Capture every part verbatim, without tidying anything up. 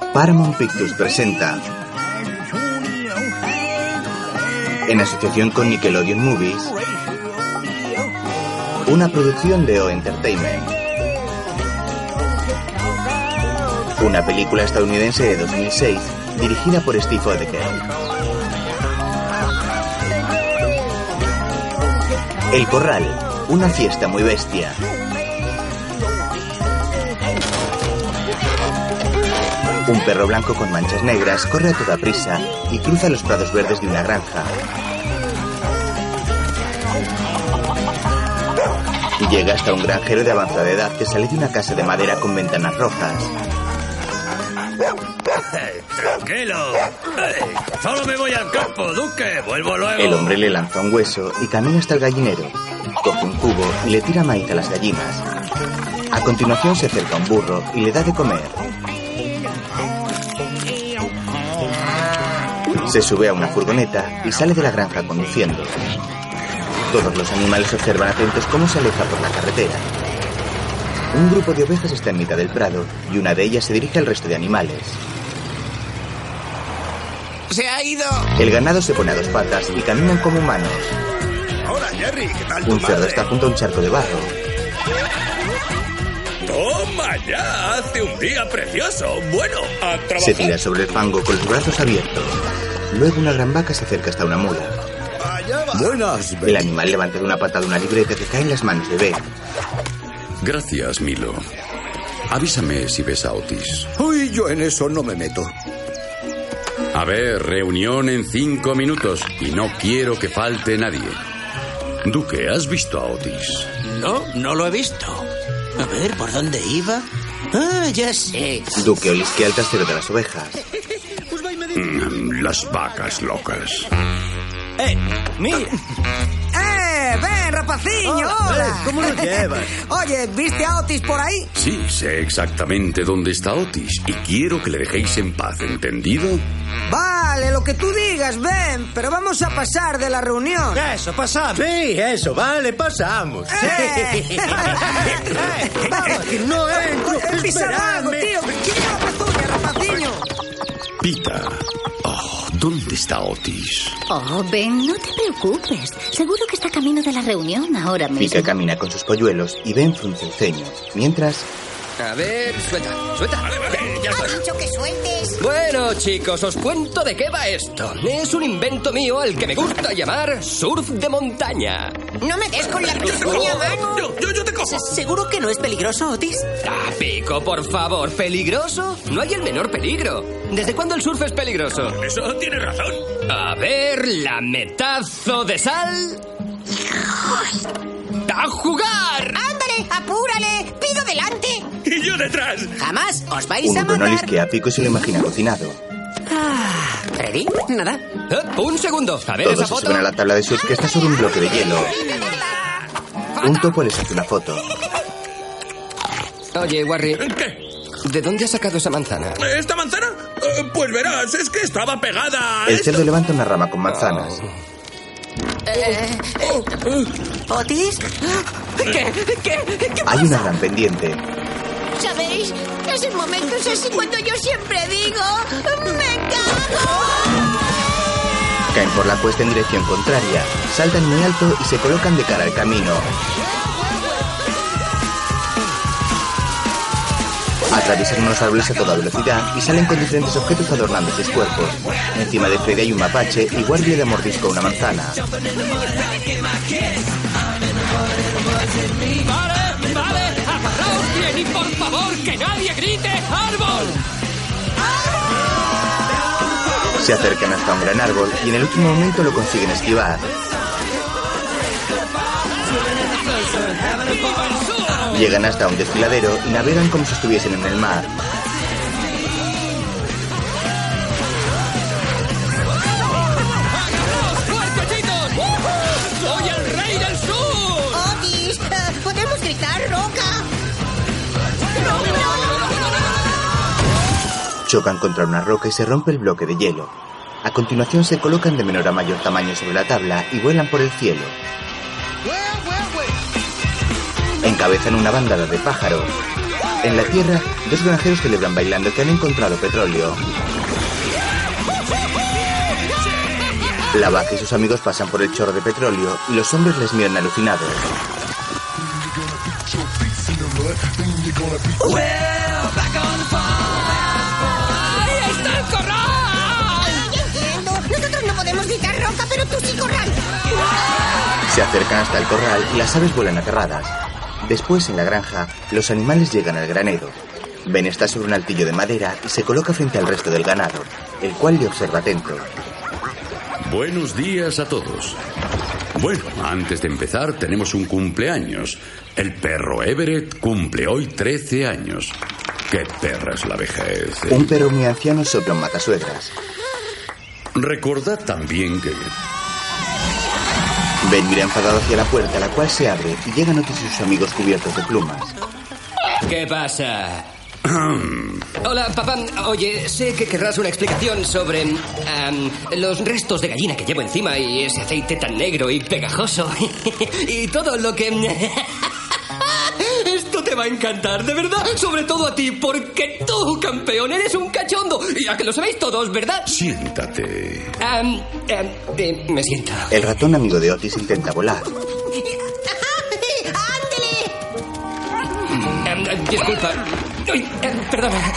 Paramount Pictures presenta, en asociación con Nickelodeon Movies, una producción de O Entertainment, una película estadounidense de dos mil seis dirigida por Steve Oedeker. El Corral, una fiesta muy bestia. Un perro blanco con manchas negras corre a toda prisa y cruza los prados verdes de una granja. Llega hasta un granjero de avanzada edad que sale de una casa de madera con ventanas rojas. Hey, tranquilo. Hey, solo me voy al campo, Duque. Vuelvo luego. El hombre le lanza un hueso y camina hasta el gallinero. Coge un cubo y le tira maíz a las gallinas. A continuación se acerca a un burro y le da de comer. Se sube a una furgoneta y sale de la granja conduciendo. Todos los animales observan atentos cómo se aleja por la carretera. Un grupo de ovejas está en mitad del prado y una de ellas se dirige al resto de animales. ¡Se ha ido! El ganado se pone a dos patas y caminan como humanos. Hola, Jerry. ¿Qué tal tu Un cerdo madre? está junto a un charco de barro. Toma ya. Hace un día precioso. Bueno, a trabajar. Se tira sobre el fango con los brazos abiertos. Luego una gran vaca se acerca hasta una mula. Allá va. Buenas, El animal levanta de una patada una libreta que cae en las manos de Ben. Gracias, Milo. Avísame si ves a Otis. Uy, yo en eso no me meto. A ver, reunión en cinco minutos y no quiero que falte nadie. Duque, ¿has visto a Otis? No, no lo he visto. A ver, ¿por dónde iba? Ah, ya sé. Duque olisquea el trasero de las ovejas. Mm, las vacas locas. ¡Eh! ¡Mira! ¡Eh! ¡Ven, rapaciño! Oh, ¡Hola! eh, ¿cómo lo llevas? Oye, ¿viste a Otis por ahí? Sí, sé exactamente dónde está Otis y quiero que le dejéis en paz, ¿entendido? Vale, lo que tú digas, ven, pero vamos a pasar de la reunión. Eso, pasamos. Sí, eso, vale, pasamos. ¡Eh! ¡Vamos! Que no entro, ¡Eh, pisa algo, esperadme. tío! ¡Quita la pezuña, rapaciño! Pita. Oh, ¿dónde está Otis? Oh, Ben, no te preocupes. Seguro que está camino de la reunión ahora mismo. Pica camina con sus polluelos y Ben frunce el ceño. Mientras, A ver, suelta, suelta. Vale, vale, ya está. dicho que sueltes? Bueno, chicos, os cuento de qué va esto. Es un invento mío al que me gusta llamar surf de montaña. No me des con la pezuña, mano. Yo, yo, yo te cojo. ¿Seguro que no es peligroso, Otis? Ah, Pico, por favor, ¿peligroso? No hay el menor peligro. ¿Desde cuándo el surf es peligroso? Eso tiene razón. A ver, lametazo de sal. ¡A jugar! ¡Ándale, apúrale! ¡Pido delante! Y yo detrás. Jamás os vais un a hombre no matar. olisquea a Pico y se lo imagina cocinado. ¿Ready? Nada. Eh, un segundo. A ver Todos esa se foto. suben a la tabla de surf que está sobre un bloque de hielo. Un topo les hace una foto. Oye, Warry, ¿Qué? ¿de dónde has sacado esa manzana? ¿Esta manzana? Eh, pues verás, es que estaba pegada a El esto. cerdo levanta una rama con manzanas. ¿Otis? ¿Qué? ¿Qué? ¿Qué Hay una gran pendiente. ¿Sabéis? Es en momentos así cuando yo siempre digo... ¡Me cago! Caen por la cuesta en dirección contraria, saltan muy alto y se colocan de cara al camino. Atraviesan unos árboles a toda velocidad y salen con diferentes objetos adornando sus cuerpos. Encima de Freddy hay un mapache y Warby le da mordisco a una manzana. Vale, vale, agarraos bien y por favor que nadie grite ¡árbol! Se acercan hasta un gran árbol y en el último momento lo consiguen esquivar. Llegan hasta un desfiladero y navegan como si estuviesen en el mar. ¡Fuertecitos! ¡Soy el rey del sur! Otis, eh, ¿podemos gritar, Roca? Chocan contra una roca y se rompe el bloque de hielo. A continuación se colocan de menor a mayor tamaño sobre la tabla y vuelan por el cielo. Encabezan una bandada de pájaros. En la tierra, dos granjeros celebran bailando que han encontrado petróleo. La vaca y sus amigos pasan por el chorro de petróleo y los hombres les miran alucinados. ¡Ahí está el corral! Yo entiendo. Nosotros no podemos gritar roca, pero tú sí corral. Se acercan hasta el corral y las aves vuelan aterradas. Después, en la granja, los animales llegan al granero. Ben está sobre un altillo de madera y se coloca frente al resto del ganado, el cual le observa atento. Buenos días a todos. Bueno, antes de empezar tenemos un cumpleaños. El perro Everett cumple hoy trece años. ¡Qué perra es la vejez! ¿eh? Un perro muy anciano sopla un matasuegras. Recordad también que... Ben mira enfadado hacia la puerta, la cual se abre y llegan Otis y sus amigos cubiertos de plumas. ¿Qué pasa? Hola, papá. Oye, sé que querrás una explicación sobre um, los restos de gallina que llevo encima y ese aceite tan negro y pegajoso y todo lo que... Esto te va a encantar, de verdad, sobre todo a ti, porque tú, campeón, eres un cachondo. Y a que lo sabéis todos, ¿verdad? Siéntate. Um, um, eh, me siento. El ratón amigo de Otis intenta volar. Um, disculpa. Uy, um, perdona.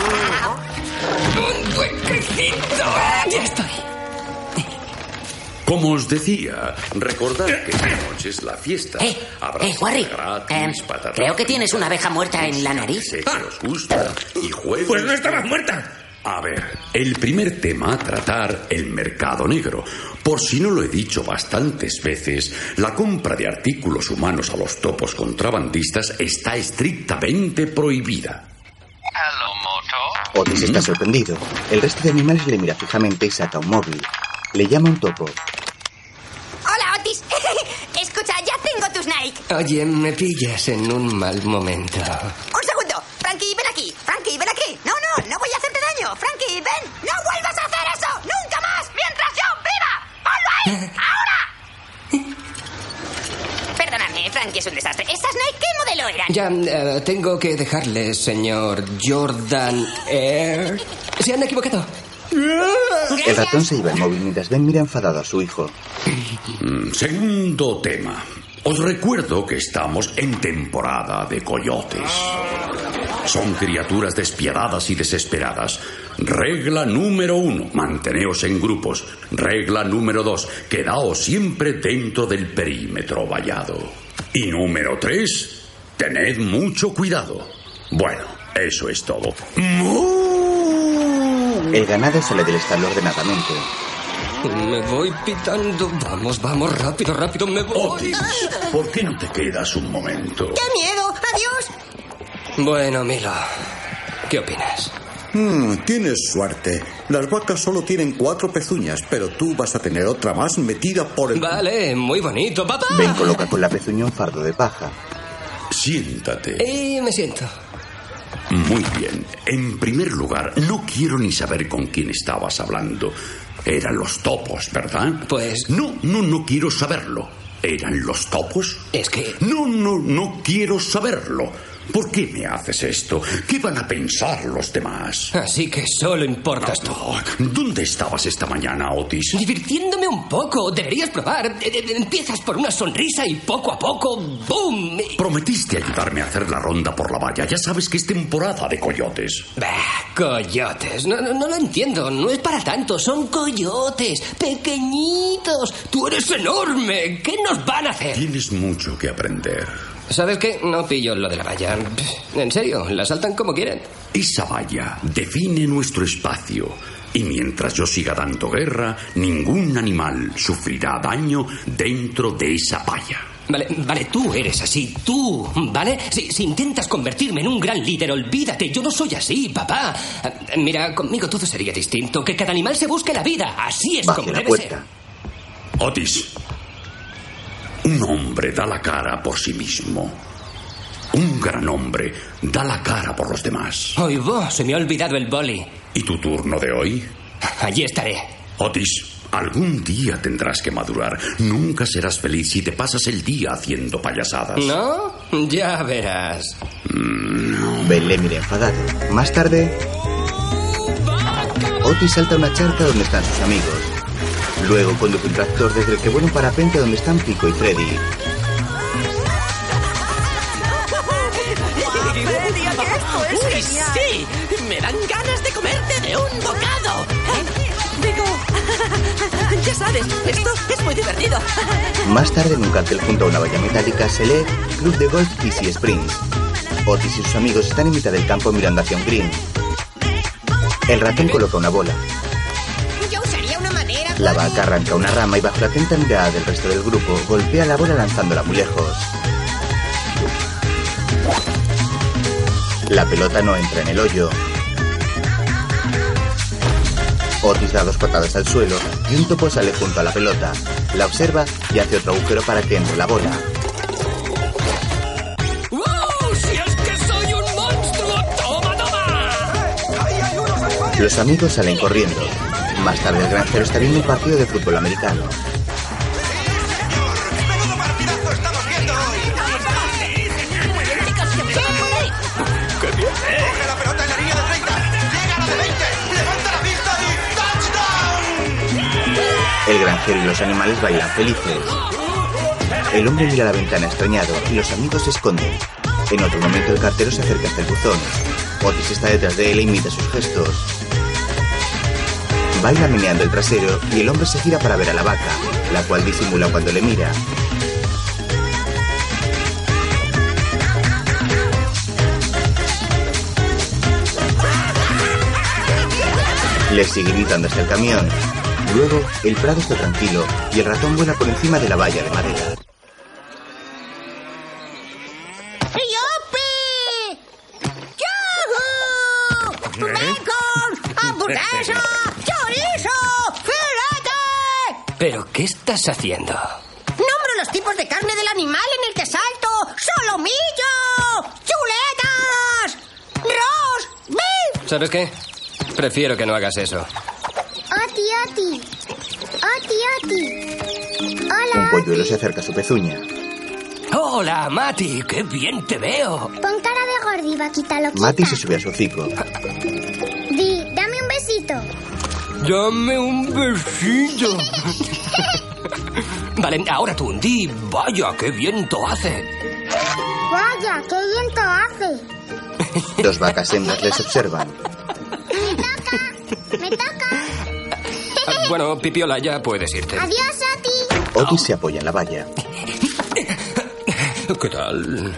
Un huequecito. Ya estoy. Como os decía, recordad que esta noche es la fiesta. Eh, Habrá eh, Warry, gratis, eh, patatas creo que tienes una fritas, abeja muerta en la nariz. Sé que os gusta y juegos... Pues no estabas muerta. A ver, el primer tema a tratar, el mercado negro. Por si no lo he dicho bastantes veces, la compra de artículos humanos a los topos contrabandistas está estrictamente prohibida. Otis está sorprendido. El resto de animales le mira fijamente y saca un móvil. Le llama un topo. Hola, Otis. Escucha, ya tengo tus Nike. Oye, me pillas en un mal momento. Un segundo. Frankie, ven aquí. Frankie, ven aquí. No, no, no voy a hacerte daño. Frankie, ven. No vuelvas a hacer eso. Nunca más. Mientras yo viva. ¡Ponlo ahí! ¡Ahora! Perdóname, Frankie es un desastre. ¿Estas Nike qué modelo eran? Ya, uh, tengo que dejarle, señor Jordan Air. Se han equivocado. El ratón se lleva el móvil mientras Ben mira enfadado a su hijo. Mm, Segundo tema. Os recuerdo que estamos en temporada de coyotes. Son criaturas despiadadas y desesperadas. Regla número uno, manteneos en grupos. Regla número dos, quedaos siempre dentro del perímetro vallado. Y número tres, tened mucho cuidado. Bueno, eso es todo. El ganado sale del establo ordenadamente. Me voy pitando. Vamos, vamos, rápido, rápido, me voy. Otis, ¿por qué no te quedas un momento? ¡Qué miedo! ¡Adiós! Bueno, Milo, ¿qué opinas? Hmm, tienes suerte. Las vacas solo tienen cuatro pezuñas, pero tú vas a tener otra más metida por el... Vale, muy bonito, papá. Ben coloca con la pezuña un fardo de paja. Siéntate. Y me siento. Muy bien. En primer lugar, no quiero ni saber con quién estabas hablando. Eran los topos, ¿verdad? Pues... No, no, no quiero saberlo. ¿Eran los topos? Es que... No, no, no quiero saberlo. ¿Por qué me haces esto? ¿Qué van a pensar los demás? Así que solo importas tú. Oh, ¿dónde estabas esta mañana, Otis? Divirtiéndome un poco. Deberías probar. Eh, eh, Empiezas por una sonrisa y poco a poco, ¡boom! Prometiste ayudarme a hacer la ronda por la valla. Ya sabes que es temporada de coyotes. Bah, coyotes. No, no, no lo entiendo. No es para tanto. Son coyotes. Pequeñitos. Tú eres enorme. ¿Qué nos van a hacer? Tienes mucho que aprender. ¿Sabes qué? No pillo lo de la valla. En serio, la saltan como quieren. Esa valla define nuestro espacio. Y mientras yo siga dando guerra, ningún animal sufrirá daño dentro de esa valla. Vale, vale, tú eres así, tú, ¿vale? Si, si intentas convertirme en un gran líder, olvídate, yo no soy así, papá. Mira, conmigo todo sería distinto, que cada animal se busque la vida, así es Baje como la debe puerta. ser. Otis, un hombre da la cara por sí mismo. Un gran hombre da la cara por los demás. Oy, vos, se me ha olvidado el boli. ¿Y tu turno de hoy? Allí estaré. Otis, Algún día tendrás que madurar. Nunca serás feliz si te pasas el día haciendo payasadas. ¿No? Ya verás. Mm. Ben le mira enfadado. Más tarde, Otis salta a una charca donde están sus amigos. Luego conduce un tractor desde el que vuela un parapente donde están Pico y Freddy. ¡Uy, sí! ¡Me dan ganas de comerte de un bocado! Digo, ya sabes, esto es muy divertido. Más tarde, en un cartel junto a una valla metálica, se lee Club de Golf Easy Springs. Otis y sus amigos están en mitad del campo mirando hacia un green. El ratón coloca una bola. Yo usaría una madera. La vaca arranca una rama y bajo la atenta mirada del resto del grupo, golpea la bola lanzándola muy lejos. La pelota no entra en el hoyo. Otis da dos patadas al suelo y un topo sale junto a la pelota. La observa y hace otro agujero para que entre la bola. ¡Wow! ¡Si es que soy un monstruo! ¡Toma, toma! Los amigos salen corriendo. Más tarde el granjero está viendo un partido de fútbol americano. El granjero y los animales bailan felices. El hombre mira a la ventana extrañado y los amigos se esconden. En otro momento el cartero se acerca hasta el buzón. Otis está detrás de él e imita sus gestos. Baila meneando el trasero y el hombre se gira para ver a la vaca, la cual disimula cuando le mira. Le sigue gritando hasta el camión. Luego, el prado está tranquilo y el ratón vuela por encima de la valla de madera. ¡Yupi! ¡Yuhu! ¡Bacon! ¡Hamburguesa! ¡Chorizo! ¡Filete! ¿Pero qué estás haciendo? Nombro los tipos de carne del animal en el que salto. ¡Solomillo! ¡Chuletas! ¡Roast beef! ¿Sabes qué? Prefiero que no hagas eso. Oti, Oti. Oti, Oti. Hola. Un polluelo se acerca a su pezuña. Hola, Mati. ¡Qué bien te veo! Pon cara de gordi, vaquita loquita. Mati se sube a su hocico. Di, dame un besito. Dame un besito. Vale, ahora tú, di, vaya, qué viento hace. Vaya, qué viento hace. Dos vacas hembras les observan. Me toca, me toca. Bueno, Pipiola, ya puedes irte. Adiós, Oti. Otis se apoya en la valla. ¿Qué tal?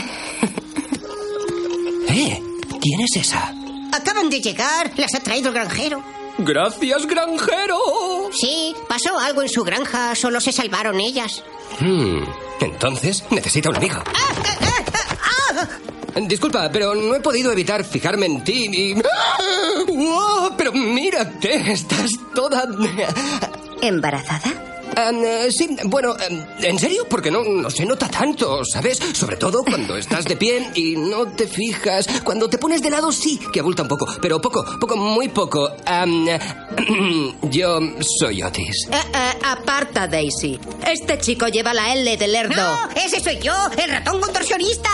¿Eh? ¿Quién es esa? Acaban de llegar. Las ha traído el granjero. ¡Gracias, granjero! Sí, pasó algo en su granja. Solo se salvaron ellas. Hmm, entonces necesita un amigo. ¡Ah, ah, ah, ah! Disculpa, pero no he podido evitar fijarme en ti y... ¡Ah! ¡Wow! Pero mírate, estás toda... ¿Embarazada? Um, eh, sí, bueno, um, ¿en serio? Porque no, no se nota tanto, ¿sabes? Sobre todo cuando estás de pie y no te fijas. Cuando te pones de lado sí que abulta un poco, pero poco, poco, muy poco. Um, yo soy Otis. Eh, eh, aparta, Daisy. Este chico lleva la L de lerdo. ¡No! ¡Ese soy yo! ¡El ratón contorsionista!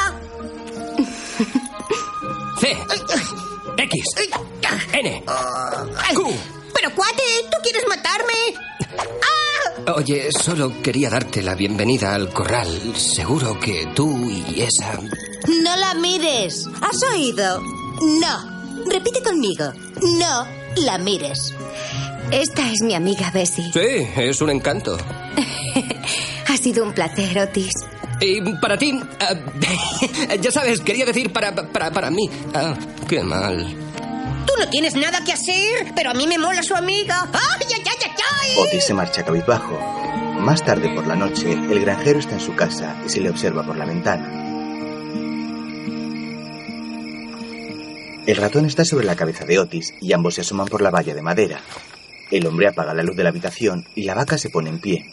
C, X, N, Q. ¡Pero, cuate! ¿Tú quieres matarme? ¡Ah! Oye, solo quería darte la bienvenida al corral. Seguro que tú y esa... No la mires. ¿Has oído? No. Repite conmigo. No la mires. Esta es mi amiga Bessie. Sí, es un encanto. Ha sido un placer, Otis. Y para ti... Uh, ya sabes, quería decir para, para, para mí. Ah, qué mal. Tú no tienes nada que hacer, pero a mí me mola su amiga. ¡Ay, ay, ay, ay, ay! Otis se marcha cabizbajo. Más tarde por la noche, el granjero está en su casa y se le observa por la ventana. El ratón está sobre la cabeza de Otis y ambos se asoman por la valla de madera. El hombre apaga la luz de la habitación y la vaca se pone en pie.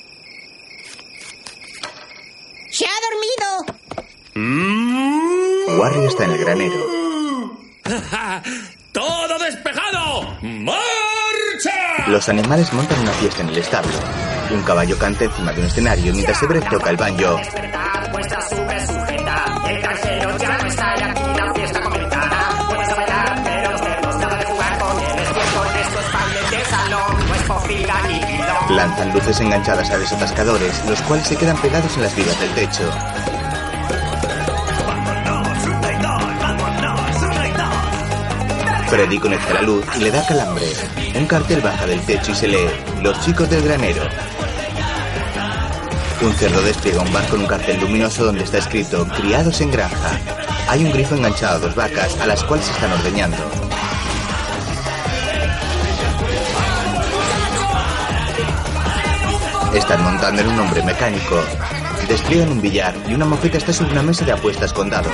¡Se ha dormido! Mm. Warry está en el granero. ¡Todo despejado! ¡Marcha! Los animales montan una fiesta en el establo. Un caballo canta encima de un escenario mientras Everett toca el banjo. Lanzan luces enganchadas a desatascadores, los cuales se quedan pegados en las vigas del techo. Freddy conecta la luz y le da calambre. Un cartel baja del techo y se lee: Los chicos del granero. Un cerdo despliega un bar con un cartel luminoso donde está escrito: Criados en granja. Hay un grifo enganchado a dos vacas, a las cuales se están ordeñando. Están montando en un hombre mecánico. Despliegan un billar y una mofeta está sobre una mesa de apuestas con dados.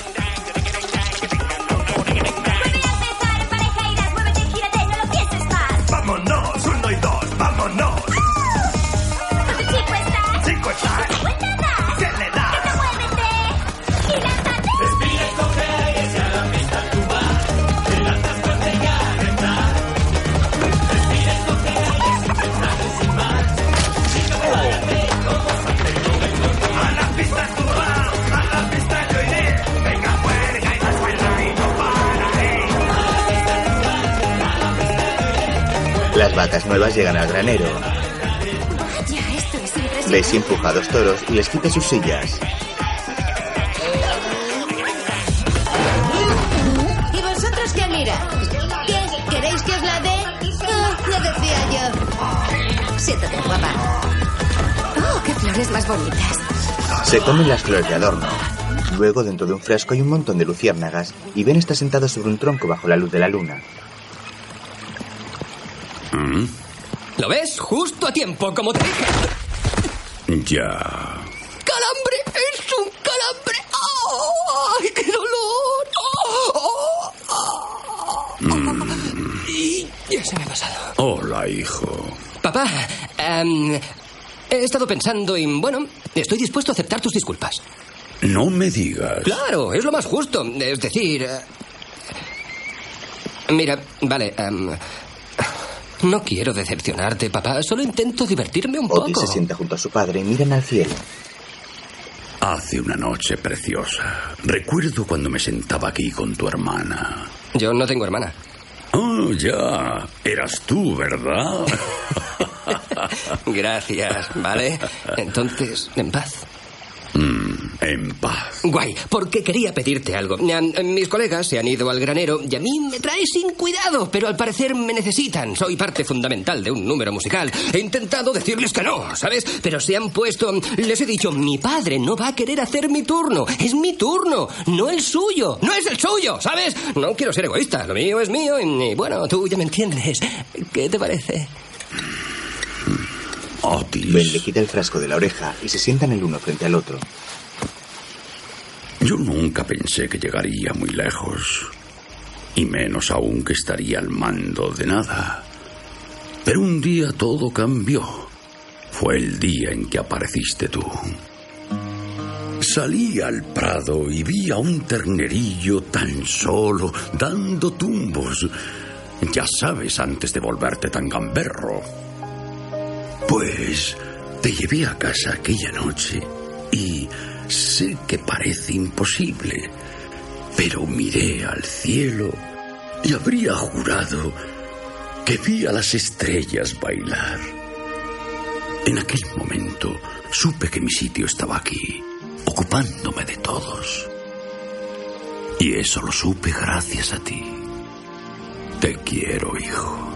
¡Vámonos! ¡Uno y dos! ¡Vámonos! ¡Cinco está! ¿Qué le das? Respira, coge aire, si a la pista tú vas. Te lanzas fuerte y a retar. Respira, coge aire, si te sales sin más. A la pista tú vas, a la pista yo iré. Venga, fuerza y más fuerza y no pararé. Las vacas nuevas llegan al granero. Vaya, esto es impresionante. Daisy empuja a dos toros y les quita sus sillas. ¿Y vosotros qué miráis? ¿Qué? ¿Queréis que os la dé? Ah, lo decía yo. Siéntate, guapa. Oh, qué flores más bonitas. Se comen las flores de adorno. Luego, dentro de un frasco hay un montón de luciérnagas y Ben está sentado sobre un tronco bajo la luz de la luna. ¿Mm? ¿Lo ves? Justo a tiempo, como te dije. Ya. ¡Calambre! ¡Es un calambre! ¡Oh! ¡Ay, qué dolor! ¡Oh! ¡Oh! Mm. Y ya se me ha pasado. Hola, hijo. Papá, em, he estado pensando y, bueno, estoy dispuesto a aceptar tus disculpas. No me digas. Claro, es lo más justo. Es decir... eh, Mira, vale, em, no quiero decepcionarte, papá. Solo intento divertirme un Otis poco. se sienta junto a su padre y miran al cielo. Hace una noche preciosa. Recuerdo cuando me sentaba aquí con tu hermana. Yo no tengo hermana. Oh, ya. Eras tú, ¿verdad? Gracias, ¿vale? Entonces, en paz. Mm, en paz. Guay, porque quería pedirte algo. Eh, Mis colegas se han ido al granero y a mí me trae sin cuidado, pero al parecer me necesitan. Soy parte fundamental de un número musical. He intentado decirles que no, ¿sabes? Pero se han puesto... Les he dicho, mi padre no va a querer hacer mi turno. Es mi turno, no el suyo. No es el suyo, ¿sabes? No quiero ser egoísta. Lo mío es mío y, bueno, tú ya me entiendes. ¿Qué te parece? Otis. Ben le quita el frasco de la oreja y se sientan el uno frente al otro. Yo nunca pensé que llegaría muy lejos. Y menos aún que estaría al mando de nada. Pero un día todo cambió. Fue el día en que apareciste tú. Salí al prado y vi a un ternerillo tan solo, dando tumbos. Ya sabes, antes de volverte tan gamberro. Pues te llevé a casa aquella noche y sé que parece imposible, pero miré al cielo y habría jurado que vi a las estrellas bailar. En aquel momento supe que mi sitio estaba aquí, ocupándome de todos. Y eso lo supe gracias a ti. Te quiero, hijo.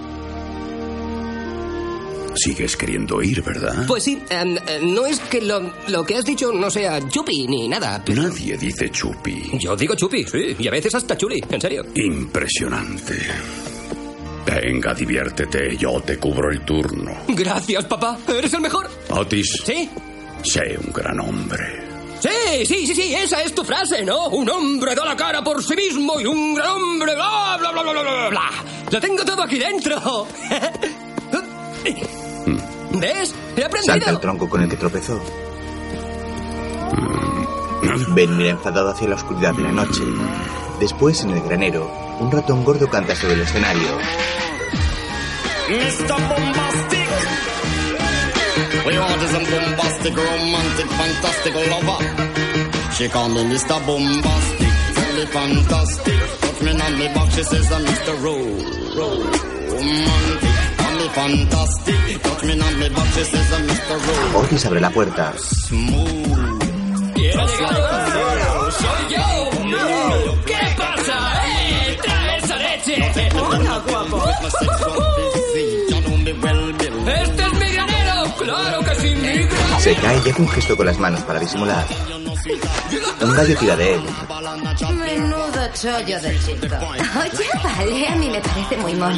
Sigues queriendo ir, ¿verdad? Pues sí, em, eh, no es que lo, lo que has dicho no sea chupi ni nada. Pero... Nadie dice chupi. Yo digo chupi, sí, y a veces hasta chuli, en serio. Impresionante. Venga, diviértete, yo te cubro el turno. Gracias, papá, eres el mejor. Otis. ¿Sí? Sé un gran hombre. Sí, sí, sí, sí, esa es tu frase, ¿no? Un hombre da la cara por sí mismo y un gran hombre, bla, bla, bla, bla, bla, bla, bla. Lo tengo todo aquí dentro. ¿Ves? He aprendido. Salta el tronco con el que tropezó. Ben mira enfadado hacia la oscuridad de la noche. Después, en el granero, un ratón gordo canta sobre el escenario. mister Bombastic. We want is a bombastic, romantic, fantastic lover. She call me mister Bombastic, really fantastic. Touch me on me back, she says I'm mister Ro- Romantic. Call me fantastic, touch me on me back, she says I'm mister Ro- Otis abre la puerta. Smooth. Just like a zero. ¡Soy yo! ¿Qué pasa? ¡Eh! ¡Trae esa leche! Hola, guapo. ¡Este es mi granero! ¡Claro que sí, mi granero! Se cae y hace un gesto con las manos para disimular. Un gallo tira de él. Menudo chollo de chico. Oye, vale, a mí me parece muy mono.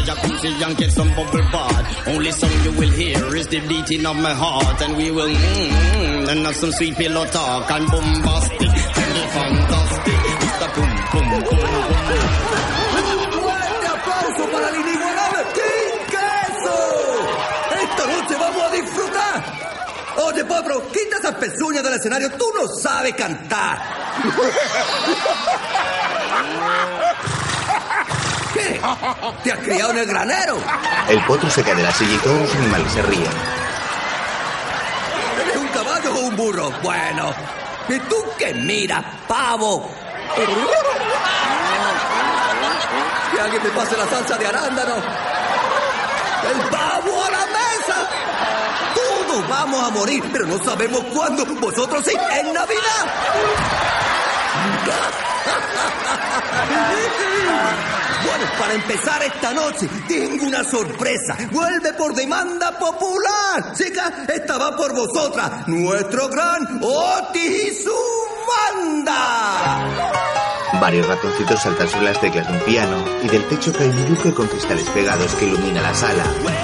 Only song you will hear is the beating of my heart, and we will mmm, and have some sweet pillow talk and bombastic, and fantastic, Mister Boom Boom Boom Boom. ¡Fuerte aplauso para el inigualable King Queso! ¡Esta noche vamos a disfrutar! Oye, Potro, quita esas pezuñas del escenario. Tú no sabes cantar. ¿Qué? ¿Te has criado en el granero? El potro se cae de la silla y todos los animales se ríen. ¿Eres un caballo o un burro? Bueno. ¿Y tú qué miras, pavo? Que alguien me pase la salsa de arándano. ¡El pavo a la mesa! Todos vamos a morir, pero no sabemos cuándo. Vosotros sí, en Navidad. Bueno, para empezar esta noche, tengo una sorpresa. Vuelve por demanda popular. Chicas, esta va por vosotras. Nuestro gran Otis y su banda. Varios ratoncitos saltan sobre las teclas de un piano y del techo cae un buque con cristales pegados que ilumina la sala.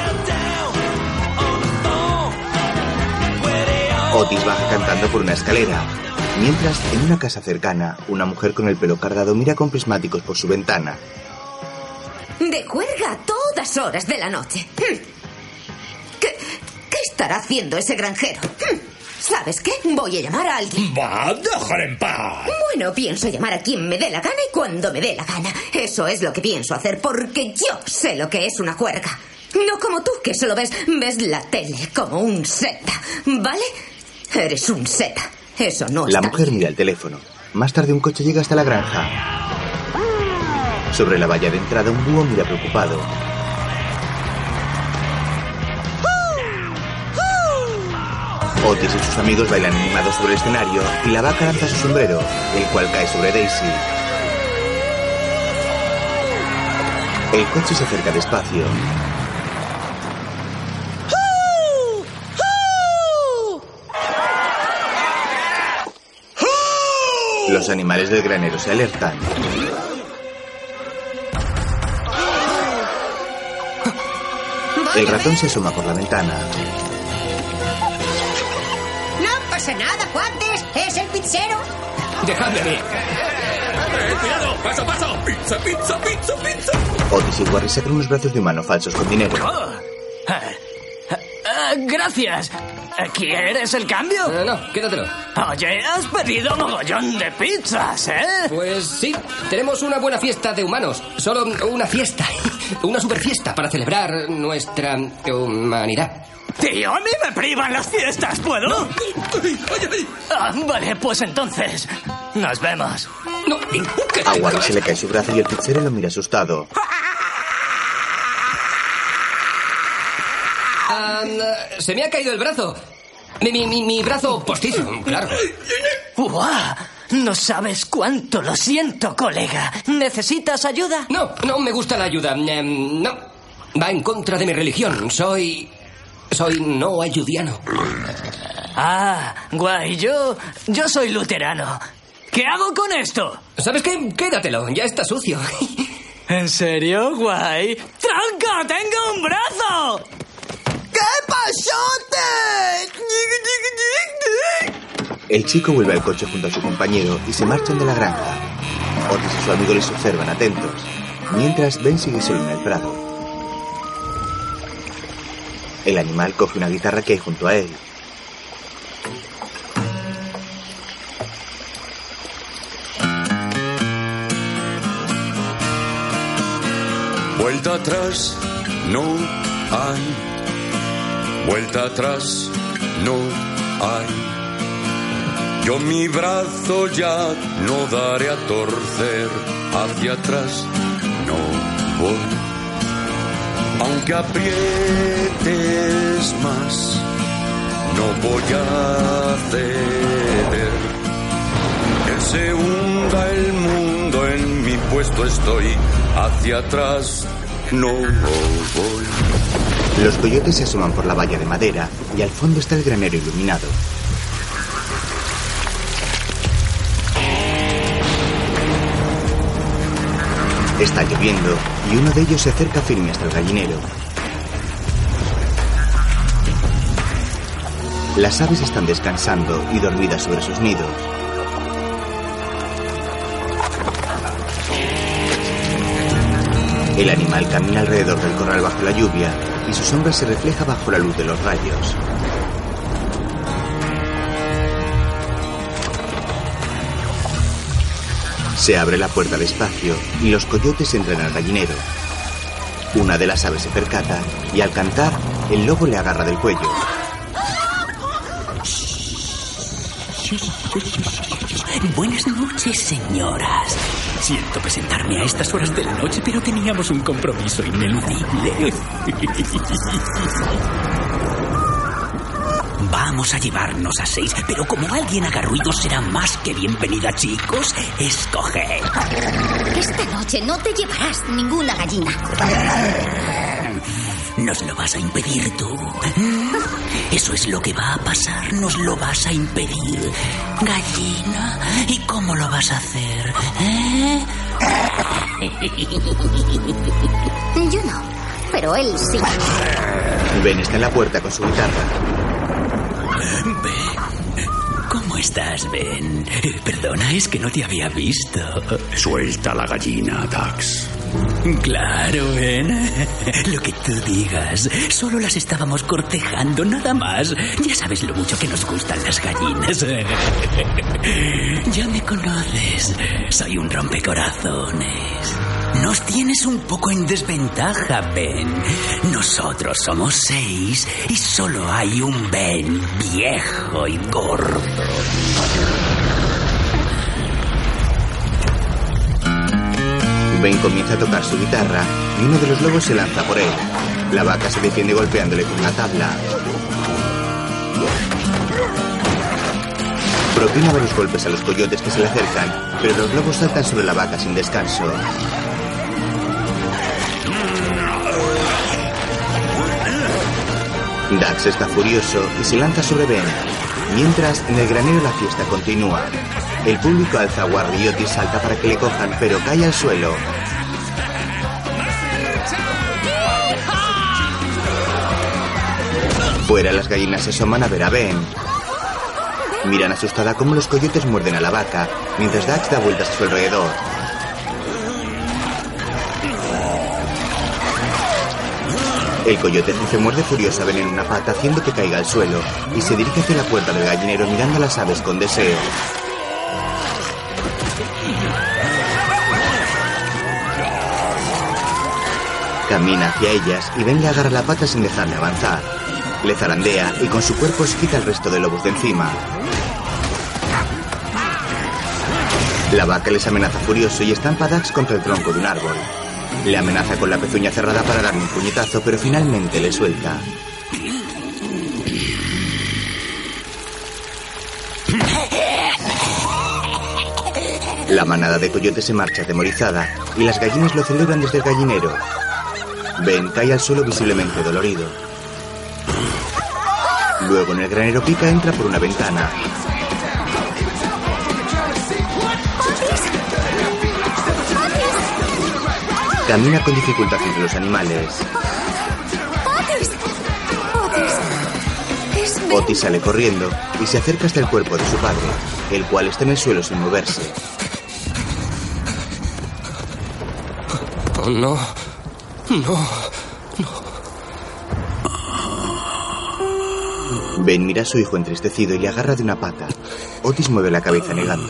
Otis baja cantando por una escalera. Mientras, en una casa cercana, una mujer con el pelo cardado mira con prismáticos por su ventana. De juerga a todas horas de la noche. ¿Qué, qué estará haciendo ese granjero? ¿Sabes qué? Voy a llamar a alguien. Va, déjale en paz. Bueno, pienso llamar a quien me dé la gana y cuando me dé la gana. Eso es lo que pienso hacer porque yo sé lo que es una juerga. No como tú, que solo ves, ves la tele como un seta, ¿vale? Eres un seta. Eso no La está mujer bien. mira el teléfono. Más tarde un coche llega hasta la granja. Sobre la valla de entrada un búho mira preocupado. Otis y sus amigos bailan animados sobre el escenario y la vaca lanza su sombrero, el cual cae sobre Daisy. El coche se acerca despacio. Los animales del granero se alertan. El ratón se asoma por la ventana. No pasa nada, cuates. Es el pizzero. ¡Dejadme a mí! ¡Eh, cuidado! ¡Paso, paso! ¡Pizza, pizza, pizza, pizza! Otis y Warry sacan unos brazos de mano falsos con dinero. Oh. Ah, ah, gracias. ¿Quieres el cambio? Uh, no, quédatelo. Oye, has pedido mogollón de pizzas, ¿eh? Pues sí, tenemos una buena fiesta de humanos. Solo una fiesta. Una super fiesta para celebrar nuestra humanidad. Tío, a mí me privan las fiestas, ¿puedo? No. Ah, vale, pues entonces nos vemos. No, ¿qué A Warry se le cae su brazo y el pizzero lo mira asustado. Um, se me ha caído el brazo. Mi, mi, mi, mi brazo postizo, claro. ¡Uah! No sabes cuánto lo siento, colega. ¿Necesitas ayuda? No, no me gusta la ayuda. Um, no. Va en contra de mi religión. Soy... Soy no ayudiano. Ah, guay. Yo... Yo soy luterano. ¿Qué hago con esto? ¿Sabes qué? Quédatelo. Ya está sucio. ¿En serio, guay? ¡Tronco! ¡Tengo un brazo! ¡Qué pasote! El chico vuelve al coche junto a su compañero y se marchan de la granja. Otis y su amigo les observan atentos. Mientras, Ben sigue solo en el prado. El animal coge una guitarra que hay junto a él. Vuelta atrás, no hay vuelta atrás, no hay. Yo mi brazo ya no daré a torcer, hacia atrás no voy. Aunque aprietes más, no voy a ceder. Que se hunda el mundo, en mi puesto estoy, hacia atrás no voy. Los coyotes se asoman por la valla de madera y al fondo está el granero iluminado. Está lloviendo y uno de ellos se acerca firme hasta el gallinero. Las aves están descansando y dormidas sobre sus nidos. El animal camina alrededor del corral bajo la lluvia y su sombra se refleja bajo la luz de los rayos. Se abre la puerta despacio y los coyotes entran al gallinero. Una de las aves se percata y al cantar, el lobo le agarra del cuello. Buenas noches, señoras. Siento presentarme a estas horas de la noche, pero teníamos un compromiso ineludible. Vamos a llevarnos a seis, pero como alguien haga ruido será más que bienvenida, chicos. Escoged. Esta noche no te llevarás ninguna gallina. ¿Nos lo vas a impedir tú? Eso es lo que va a pasar. Nos lo vas a impedir. Gallina, ¿y cómo lo vas a hacer? ¿Eh? Yo no, pero él sí. Ben está en la puerta con su guitarra. Ben, ¿cómo estás, Ben? Perdona, es que no te había visto. Suelta la gallina, Dax. Claro, Ben. Lo que tú digas. Solo las estábamos cortejando, nada más. Ya sabes lo mucho que nos gustan las gallinas. Ya me conoces. Soy un rompecorazones. Nos tienes un poco en desventaja, Ben. Nosotros somos seis y solo hay un Ben viejo y gordo. Ben comienza a tocar su guitarra y uno de los lobos se lanza por él. La vaca se defiende golpeándole con una tabla. Propina varios golpes a los coyotes que se le acercan, pero los lobos saltan sobre la vaca sin descanso. Dax está furioso y se lanza sobre Ben. Mientras, en el granero la fiesta continúa. El público alza a Warly y Otis salta para que le cojan, pero cae al suelo. Fuera, las gallinas se asoman a ver a Ben. Miran asustada cómo los coyotes muerden a la vaca, mientras Dax da vueltas a su alrededor. El coyote jefe muerde furioso a Ben en una pata, haciendo que caiga al suelo, y se dirige hacia la puerta del gallinero mirando a las aves con deseo. Camina hacia ellas y Ben le agarra la pata sin dejarle avanzar. Le zarandea y con su cuerpo se quita el resto de lobos de encima. La vaca les amenaza furioso y estampa a Dax contra el tronco de un árbol. Le amenaza con la pezuña cerrada para darle un puñetazo, pero finalmente le suelta. La manada de coyotes se marcha atemorizada y las gallinas lo celebran desde el gallinero. Ben cae al suelo visiblemente dolorido. Luego en el granero Pica entra por una ventana. Camina con dificultad entre los animales. Otis sale corriendo y se acerca hasta el cuerpo de su padre, el cual está en el suelo sin moverse. Oh, no. No. Ben mira a su hijo entristecido y le agarra de una pata. Otis mueve la cabeza negando.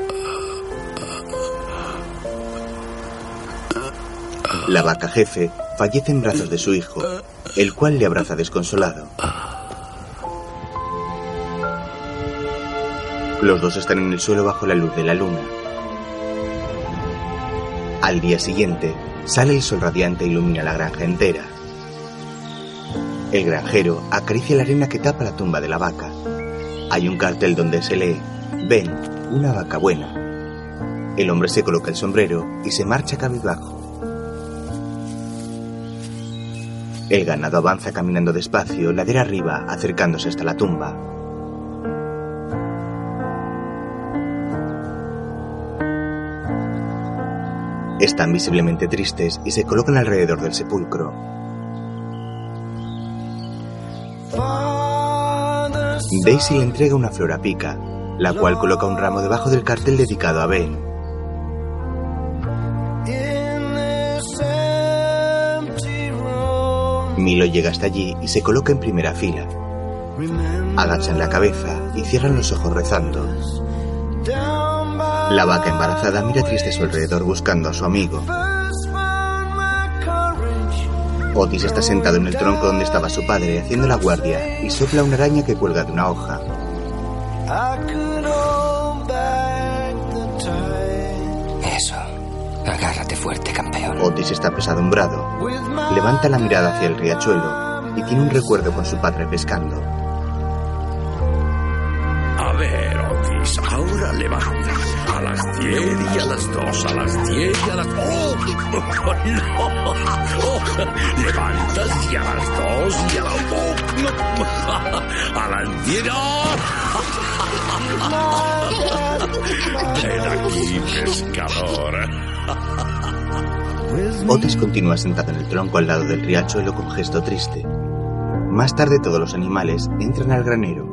La vaca jefe fallece en brazos de su hijo, el cual le abraza desconsolado. Los dos están en el suelo bajo la luz de la luna. Al día siguiente, sale el sol radiante e ilumina la granja entera. El granjero acaricia la arena que tapa la tumba de la vaca. Hay un cartel donde se lee: ven, una vaca buena. El hombre se coloca el sombrero y se marcha cabizbajo. El ganado avanza caminando despacio, ladera arriba, acercándose hasta la tumba. Están visiblemente tristes y se colocan alrededor del sepulcro. Daisy le entrega una flor a Pika, la cual coloca un ramo debajo del cartel dedicado a Ben. Milo llega hasta allí y se coloca en primera fila. Agachan la cabeza y cierran los ojos rezando. La vaca embarazada mira triste a su alrededor buscando a su amigo. Otis está sentado en el tronco donde estaba su padre haciendo la guardia y sopla una araña que cuelga de una hoja. Eso. Agárrate fuerte, campeón. Otis está pesadumbrado. Levanta la mirada hacia el riachuelo y tiene un recuerdo con su padre pescando. A ver, Otis, ahora levanta. A las diez y a las dos, a las diez y a las... ¡Oh! ¡Oh, no! Oh, levantas y a las dos y a las... ¡Oh, no! A las diez... ¡Oh! Ven aquí, pescador. Otis continúa sentado en el tronco al lado del riachuelo con gesto triste. Más tarde todos los animales entran al granero.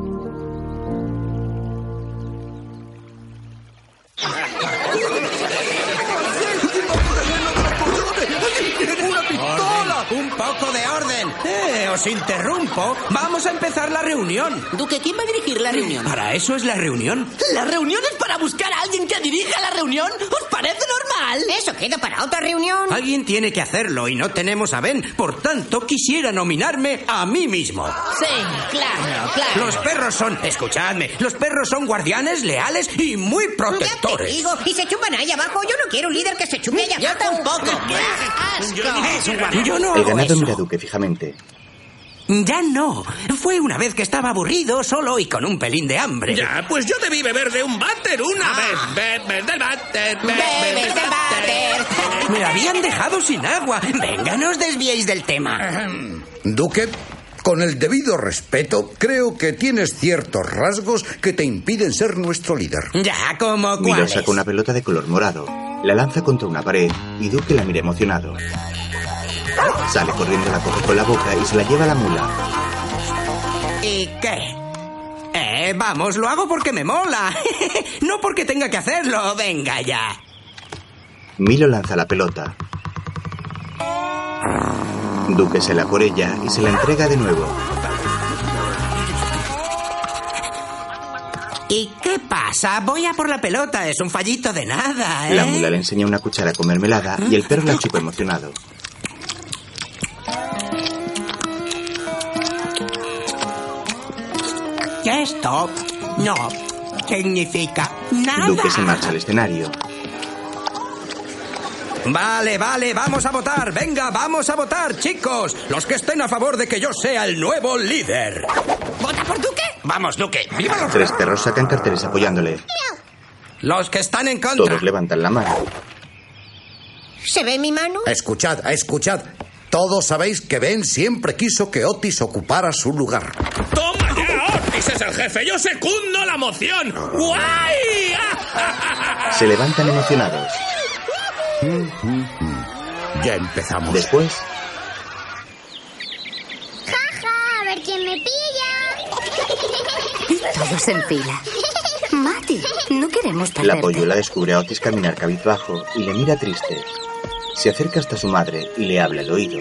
¡Un poco de orden! ¡Eh! ¡Os interrumpo! ¡Vamos a empezar la reunión! Duque, ¿quién va a dirigir la reunión? ¿Para eso es la reunión? ¿La reunión es para buscar a alguien que dirija la reunión? ¿Os parece normal? Eso queda para otra reunión. Alguien tiene que hacerlo y no tenemos a Ben. Por tanto, quisiera nominarme a mí mismo. Sí, claro, claro. Los perros son... Escuchadme. Los perros son guardianes, leales y muy protectores. Ya te digo, y se chupan ahí abajo. Yo no quiero un líder que se chupe allá abajo. Yo tampoco. ¡Asco! Yo no El hago ganado eso. mira a Duque fijamente. Ya no. Fue una vez que estaba aburrido, solo y con un pelín de hambre. Ya, pues yo debí beber de un váter una Ah. vez. Beber del váter, Bebes beber del del váter. Me habían dejado sin agua. Venga, no os desviéis del tema. Duque, con el debido respeto, creo que tienes ciertos rasgos que te impiden ser nuestro líder. Ya, ¿como Milo cuáles? saca una pelota de color morado, la lanza contra una pared y Duque la mira emocionado. Sale corriendo, la coge con la boca y se la lleva a la mula. ¿Y qué? Eh, vamos, lo hago porque me mola. No porque tenga que hacerlo. Venga ya. Milo lanza la pelota. Duque se la por ella y se la entrega de nuevo. ¿Y qué pasa? Voy a por la pelota. Es un fallito de nada, ¿eh? La mula le enseña una cuchara con mermelada y el perro la chupa emocionado. Esto no significa nada. Duque se marcha al escenario. Vale, vale, vamos a votar. Venga, vamos a votar, chicos. Los que estén a favor de que yo sea el nuevo líder. ¿Vota por Duque? Vamos, Duque. ¡Viva los... Tres perros sacan carteles apoyándole. Los que están en contra. Todos levantan la mano. ¿Se ve mi mano? Escuchad, escuchad. Todos sabéis que Ben siempre quiso que Otis ocupara su lugar. ¡Toma ya, Otis es el jefe! ¡Yo secundo la moción! ¡Guay! Se levantan emocionados. Ya empezamos. Después, Jaja, a ver quién me pilla. Todos en fila. Mati, no queremos la perderte. polluela descubre a Otis caminar cabizbajo y le mira triste. Se acerca hasta su madre y le habla al oído.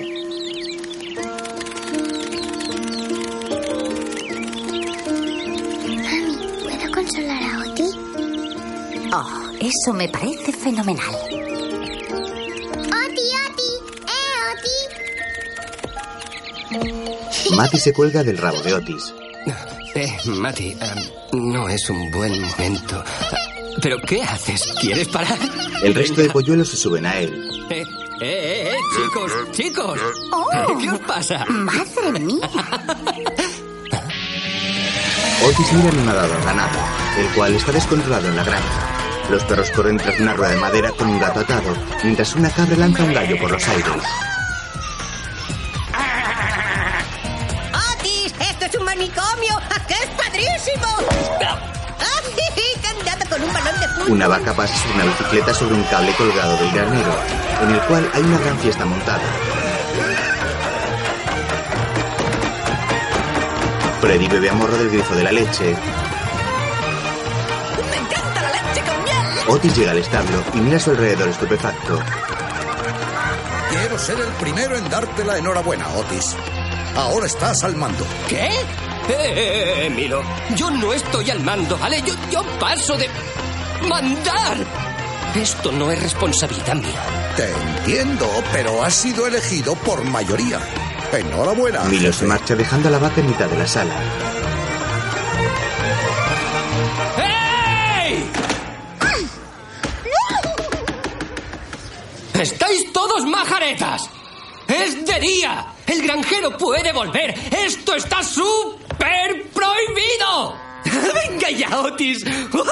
Mami, ¿puedo consolar a Oti? Oh, eso me parece fenomenal. Oti, Oti, eh, Oti, Matty se cuelga del rabo de Otis. Eh, Matty, um, no es un buen momento. ¿Pero qué haces? ¿Quieres parar? El resto de polluelos se suben a él. Eh, eh, eh, eh chicos, chicos. Oh, ¿Qué os pasa? ¡Madre mía! Otis mira anonadado al ganado, el cual está descontrolado en la granja. Los perros corren tras una rueda de madera con un gato atado, mientras una cabra lanza un gallo por los aires. ¡Otis! ¡Esto es un manicomio! ¡Aquí es padrísimo! ¡Candado con un balón de fútbol! Una vaca pasa sobre una bicicleta sobre un cable colgado del granero, en el cual hay una gran fiesta montada. Freddy bebe a morro del grifo de la leche. ¡Me encanta la leche con miel! Otis llega al establo y mira a su alrededor estupefacto. Quiero ser el primero en darte la enhorabuena, Otis. Ahora estás al mando. ¿Qué? Eh, eh, eh, Milo, yo no estoy al mando, ¿vale? Yo, yo paso de mandar. Esto no es responsabilidad mía. Te entiendo, pero has sido elegido por mayoría. Enhorabuena. Milo jefe. se marcha dejando a la vaca en mitad de la sala. ¡Hey! ¡Estáis todos majaretas! ¡Es de día! ¡El granjero puede volver! ¡Esto está súper prohibido! ¡Venga ya, Otis!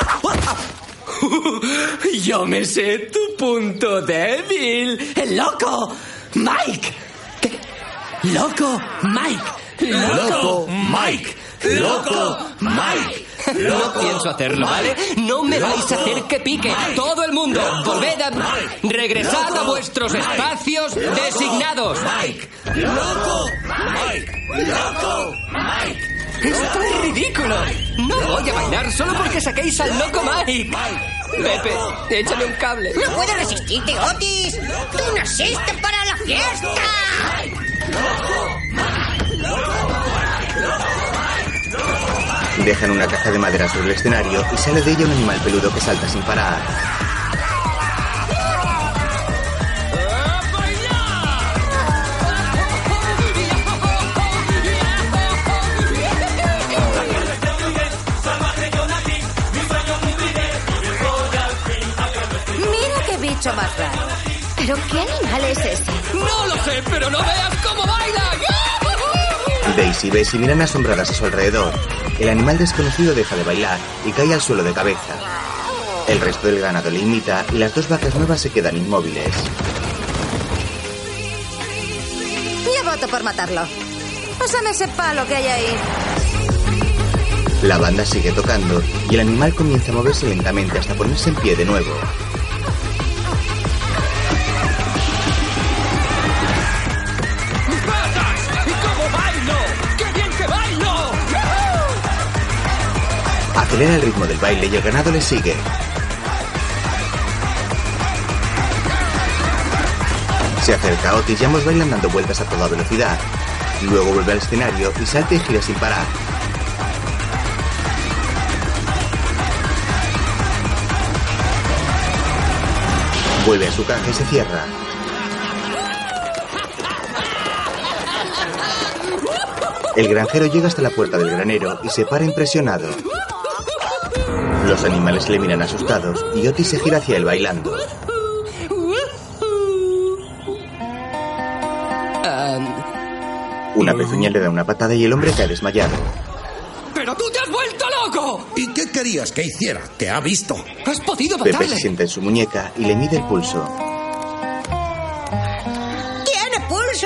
Yo me sé tu punto débil. ¡El loco! ¡Mike! ¿Qué? ¡Loco Mike! ¡Loco Mike! ¡Loco Mike! No pienso hacerlo, ¿vale? No me vais a hacer que pique. Todo el mundo, volved a... Regresad a vuestros espacios designados. ¡Loco Mike! ¡Loco Mike! ¡Esto es ridículo! No voy a bailar solo porque saquéis al loco Mike. Pepe, échame un cable. ¡No puedo resistirte, Otis! ¡Tú naciste para la fiesta! Dejan una caja de madera sobre el escenario y sale de ella un animal peludo que salta sin parar. Mira qué bicho más raro. ¿Pero qué animal es ese? No lo sé, pero no veas cómo baila. Daisy y Bessie miran asombradas a su alrededor. El animal desconocido deja de bailar y cae al suelo de cabeza. El resto del ganado le imita y las dos vacas nuevas se quedan inmóviles. Yo voto por matarlo. Pásame ese palo que hay ahí. La banda sigue tocando y el animal comienza a moverse lentamente hasta ponerse en pie de nuevo. Acelera el ritmo del baile y el ganado le sigue. Se acerca a Otis y ambos bailan dando vueltas a toda velocidad. Luego vuelve al escenario y salta y gira sin parar. Vuelve a su caja y se cierra. El granjero llega hasta la puerta del granero y se para impresionado. Los animales le miran asustados y Otis se gira hacia él bailando. Una pezuña le da una patada y el hombre cae desmayado. ¡Pero tú te has vuelto loco! ¿Y qué querías que hiciera? ¿Te ha visto? ¡Has podido Pepe matarle! se sienta en su muñeca y le mide el pulso. ¡Tiene pulso!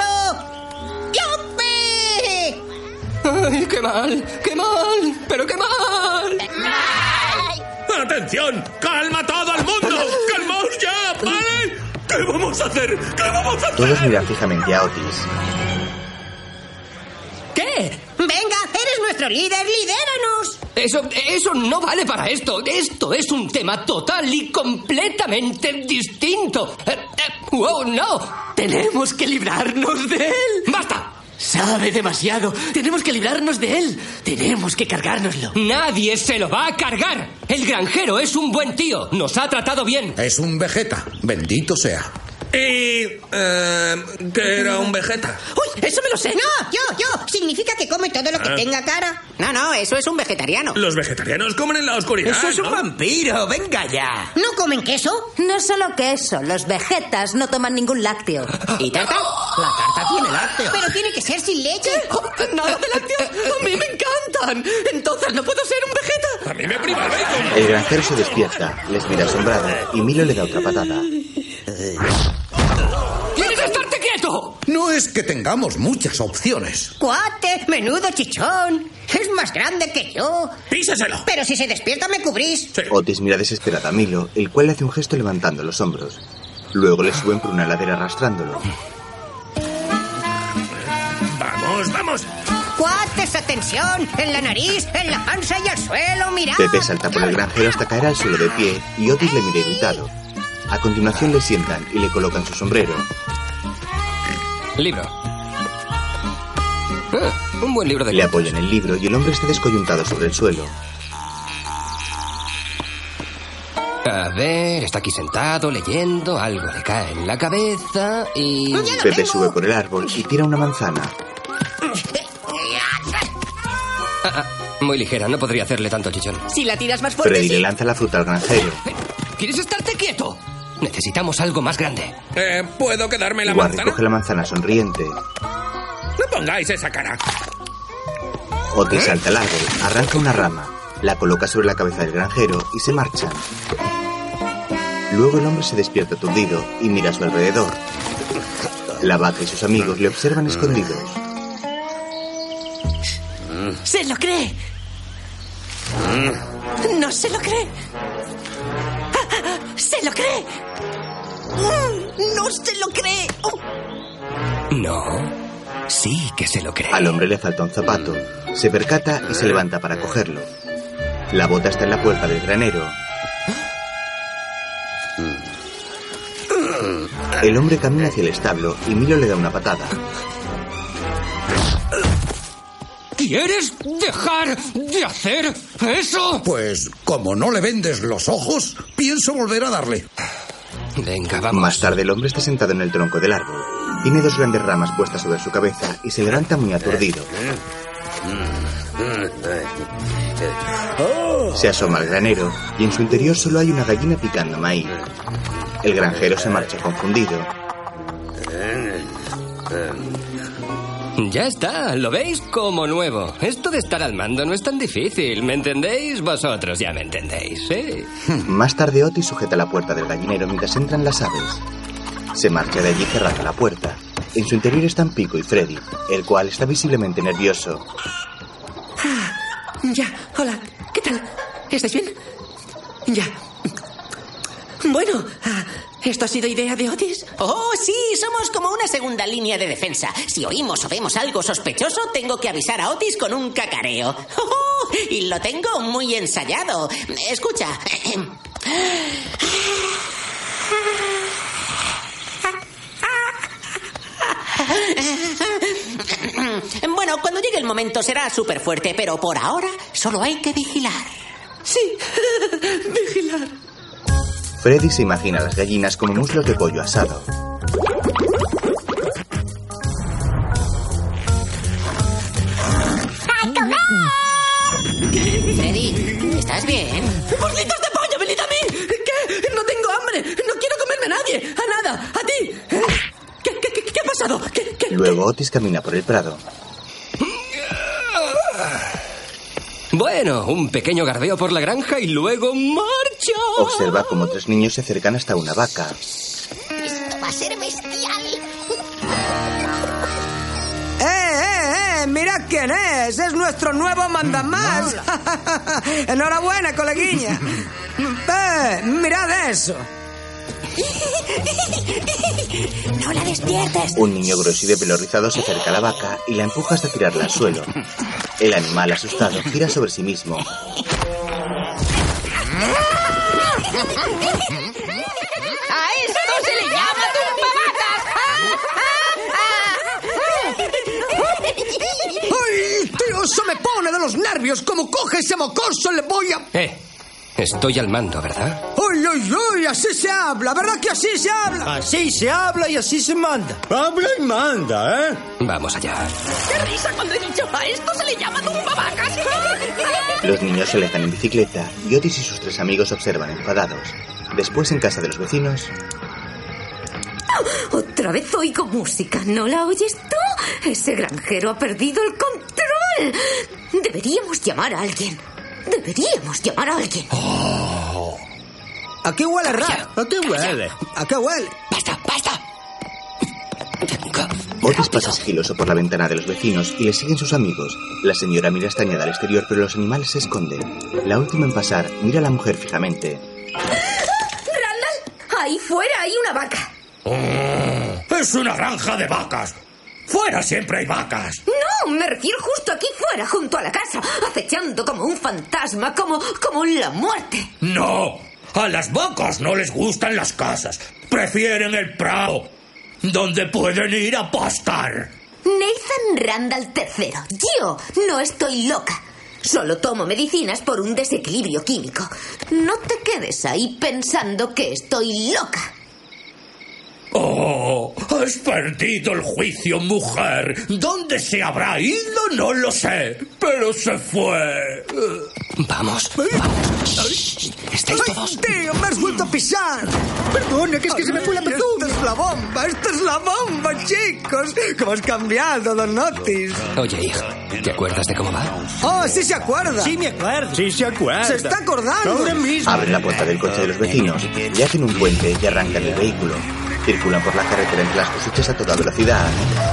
¡Yupi! ¡Ay, qué mal! ¡Qué mal! ¡Pero qué mal! ¡Atención! ¡Calma todo el mundo! ¡Calmaos ya! ¿Vale? ¿Qué vamos a hacer? ¿Qué vamos a hacer? Todos miran fijamente a Otis. ¿Qué? ¡Venga! ¡Eres nuestro líder! ¡Lidéranos! Eso, eso no vale para esto. Esto es un tema total y completamente distinto. Eh, eh, ¡Wow, no! Tenemos que librarnos de él. ¡Basta! Sabe demasiado. Tenemos que librarnos de él. Tenemos que cargárnoslo. Nadie se lo va a cargar. El granjero es un buen tío. Nos ha tratado bien. Es un vegeta. Bendito sea. Y... eh, Eh, que era un vegeta. ¡Uy, eso me lo sé! No, yo, yo. Significa que come todo lo que Ah. tenga cara. No, no, eso es un vegetariano. Los vegetarianos comen en la oscuridad. Eso es un ¿no? vampiro, venga ya. ¿No comen queso? No solo queso, los vegetas no toman ningún lácteo. ¿Y tarta? La tarta tiene lácteo. Pero tiene que ser sin leche. ¡Nada de lácteos! ¡A mí me encantan! Entonces no puedo ser un vegeta. A mí me priva el bacon. El granjero se despierta, les mira asombrado y Milo le da otra patada. ¿Quieres estarte quieto? No es que tengamos muchas opciones. Cuate, menudo chichón. Es más grande que yo. Písaselo. Pero si se despierta me cubrís. Otis mira desesperada a Milo, el cual le hace un gesto levantando los hombros. Luego le suben por una ladera arrastrándolo. Vamos, vamos. Cuates, atención. En la nariz, en la panza y al suelo, mirad. Pepe salta por el granjero hasta caer al suelo de pie y Otis le mira irritado. A continuación le sientan y le colocan su sombrero. Libro. Ah, un buen libro de Le cuentos. apoyan el libro y el hombre está descoyuntado sobre el suelo. A ver, está aquí sentado, leyendo, algo le cae en la cabeza y... Pepe sube por el árbol y tira una manzana. Ah, ah, muy ligera, no podría hacerle tanto chichón. Si la tiras más fuerte, Freddy sí. le lanza la fruta al granjero. ¿Quieres estarte quieto? Necesitamos algo más grande. Eh, ¿Puedo quedarme la Warren manzana? coge la manzana sonriente. No pongáis esa cara. Otis salta al árbol, arranca una rama, la coloca sobre la cabeza del granjero y se marcha. Luego el hombre se despierta aturdido y mira a su alrededor. La vaca y sus amigos le observan escondidos. ¡Se lo cree! ¡No se lo cree! ¡Ah! ¡Se lo cree! Mm, ¡No se lo cree! Oh. No, sí que se lo cree. Al hombre le falta un zapato. Se percata y se levanta para cogerlo. La bota está en la puerta del granero. El hombre camina hacia el establo y Milo le da una patada. ¿Quieres dejar de hacer eso? Pues, como no le vendes los ojos, pienso volver a darle. Venga, vamos. Más tarde el hombre está sentado en el tronco del árbol. Tiene dos grandes ramas puestas sobre su cabeza y se levanta muy aturdido. Se asoma al granero y en su interior solo hay una gallina picando maíz. El granjero se marcha confundido. Ya está, ¿lo veis? Como nuevo. Esto de estar al mando no es tan difícil, ¿me entendéis? Vosotros ya me entendéis, ¿sí? Más tarde Otis sujeta la puerta del gallinero mientras entran las aves. Se marcha de allí cerrando la puerta. En su interior están Pico y Freddy, el cual está visiblemente nervioso. Ah, ya, hola, ¿qué tal? ¿Estáis bien? Ya. Bueno, ah, ¿esto ha sido idea de Otis? Oh, sí, somos como una segunda línea de defensa. Si oímos o vemos algo sospechoso, tengo que avisar a Otis con un cacareo. Oh, y lo tengo muy ensayado. Escucha. Bueno, cuando llegue el momento será súper fuerte, pero por ahora solo hay que vigilar. Sí, vigilar. Freddy se imagina a las gallinas como muslos de pollo asado. Freddy, ¿estás bien? ¡Muslitos de pollo, venid a mí! ¿Qué? No tengo hambre. No quiero comerme a nadie. A nada. A ti. ¿Eh? ¿Qué, qué, qué, qué ha pasado? ¿Qué, qué? Luego Otis camina por el prado. Bueno, un pequeño garbeo por la granja y luego marcha. Observa cómo tres niños se acercan hasta una vaca. Esto va a ser bestial. ¡Eh, eh, eh! ¡Mirad quién es! ¡Es nuestro nuevo mandamás! ¡Enhorabuena, coleguiña! ¡Eh! ¡Mirad eso! No la despiertes. Un niño grueso y de pelo rizado se acerca a la vaca y la empuja hasta tirarla al suelo. El animal, asustado, gira sobre sí mismo. ¡A esto se le llama ¡Ay! ¡Tío, eso me pone de los nervios! ¡Como coge ese mocoso le voy a...! Eh, estoy al mando, ¿verdad? ¡Ay, uy, uy! Así se habla, ¿verdad que así se habla? Así se habla y así se manda. Habla y manda, ¿eh? Vamos allá. ¡Qué risa cuando he dicho a esto se le llama tumbavacas! Los niños se alejan en bicicleta y Otis y sus tres amigos observan enfadados. Después, en casa de los vecinos... Otra vez oigo música, ¿no la oyes tú? Ese granjero ha perdido el control. Deberíamos llamar a alguien. Deberíamos llamar a alguien. Oh. ¿A qué huele raro? ¿A qué huele? ¿A qué huele? ¡Basta, basta! Otis pasa sigiloso por la ventana de los vecinos y le siguen sus amigos. La señora mira extrañada al exterior, pero los animales se esconden. La última en pasar mira a la mujer fijamente. ¡Randall! Ahí fuera hay una vaca. Oh, es una granja de vacas. Fuera siempre hay vacas. No, me refiero justo aquí fuera, junto a la casa, acechando como un fantasma, como, como la muerte. No, a las vacas no les gustan las casas. Prefieren el prado, donde pueden ir a pastar. Nathan Randall tercero. Yo no estoy loca. Solo tomo medicinas por un desequilibrio químico. No te quedes ahí pensando que estoy loca. Oh, has perdido el juicio, mujer. ¿Dónde se habrá ido? No lo sé, pero se fue. Vamos, vamos. ¿Estáis todos? ¡Tío, me has vuelto a pisar! Perdona, que es que Ay, se me fue la pezuña. ¡Esta es la bomba! ¡Esta es la bomba, chicos! ¿Cómo has cambiado, don Otis? Oye, hijo, ¿te acuerdas de cómo va? ¡Oh, sí se acuerda! Sí me acuerdo. Sí se acuerda. ¡Se está acordando! Ahora mismo. Abren la puerta del coche de los vecinos, le hacen un puente y arrancan el vehículo. Circulan por la carretera entre las cosechas a toda velocidad.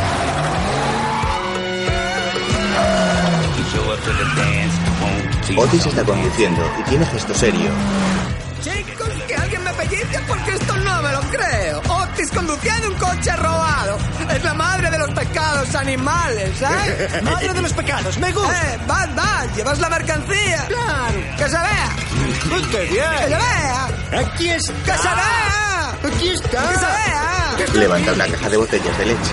Otis está conduciendo y tiene gesto serio. Chicos, que alguien me pellizque porque esto no me lo creo. Otis conduciendo un coche robado. Es la madre de los pecados animales, ¿eh? Madre de los pecados, me gusta. Eh, vas, vas, llevas la mercancía. Claro. Que se vea. Uy, qué bien. Que se vea. Aquí está. Que se vea. Aquí está. Que se vea. Levanta una caja de botellas de leche.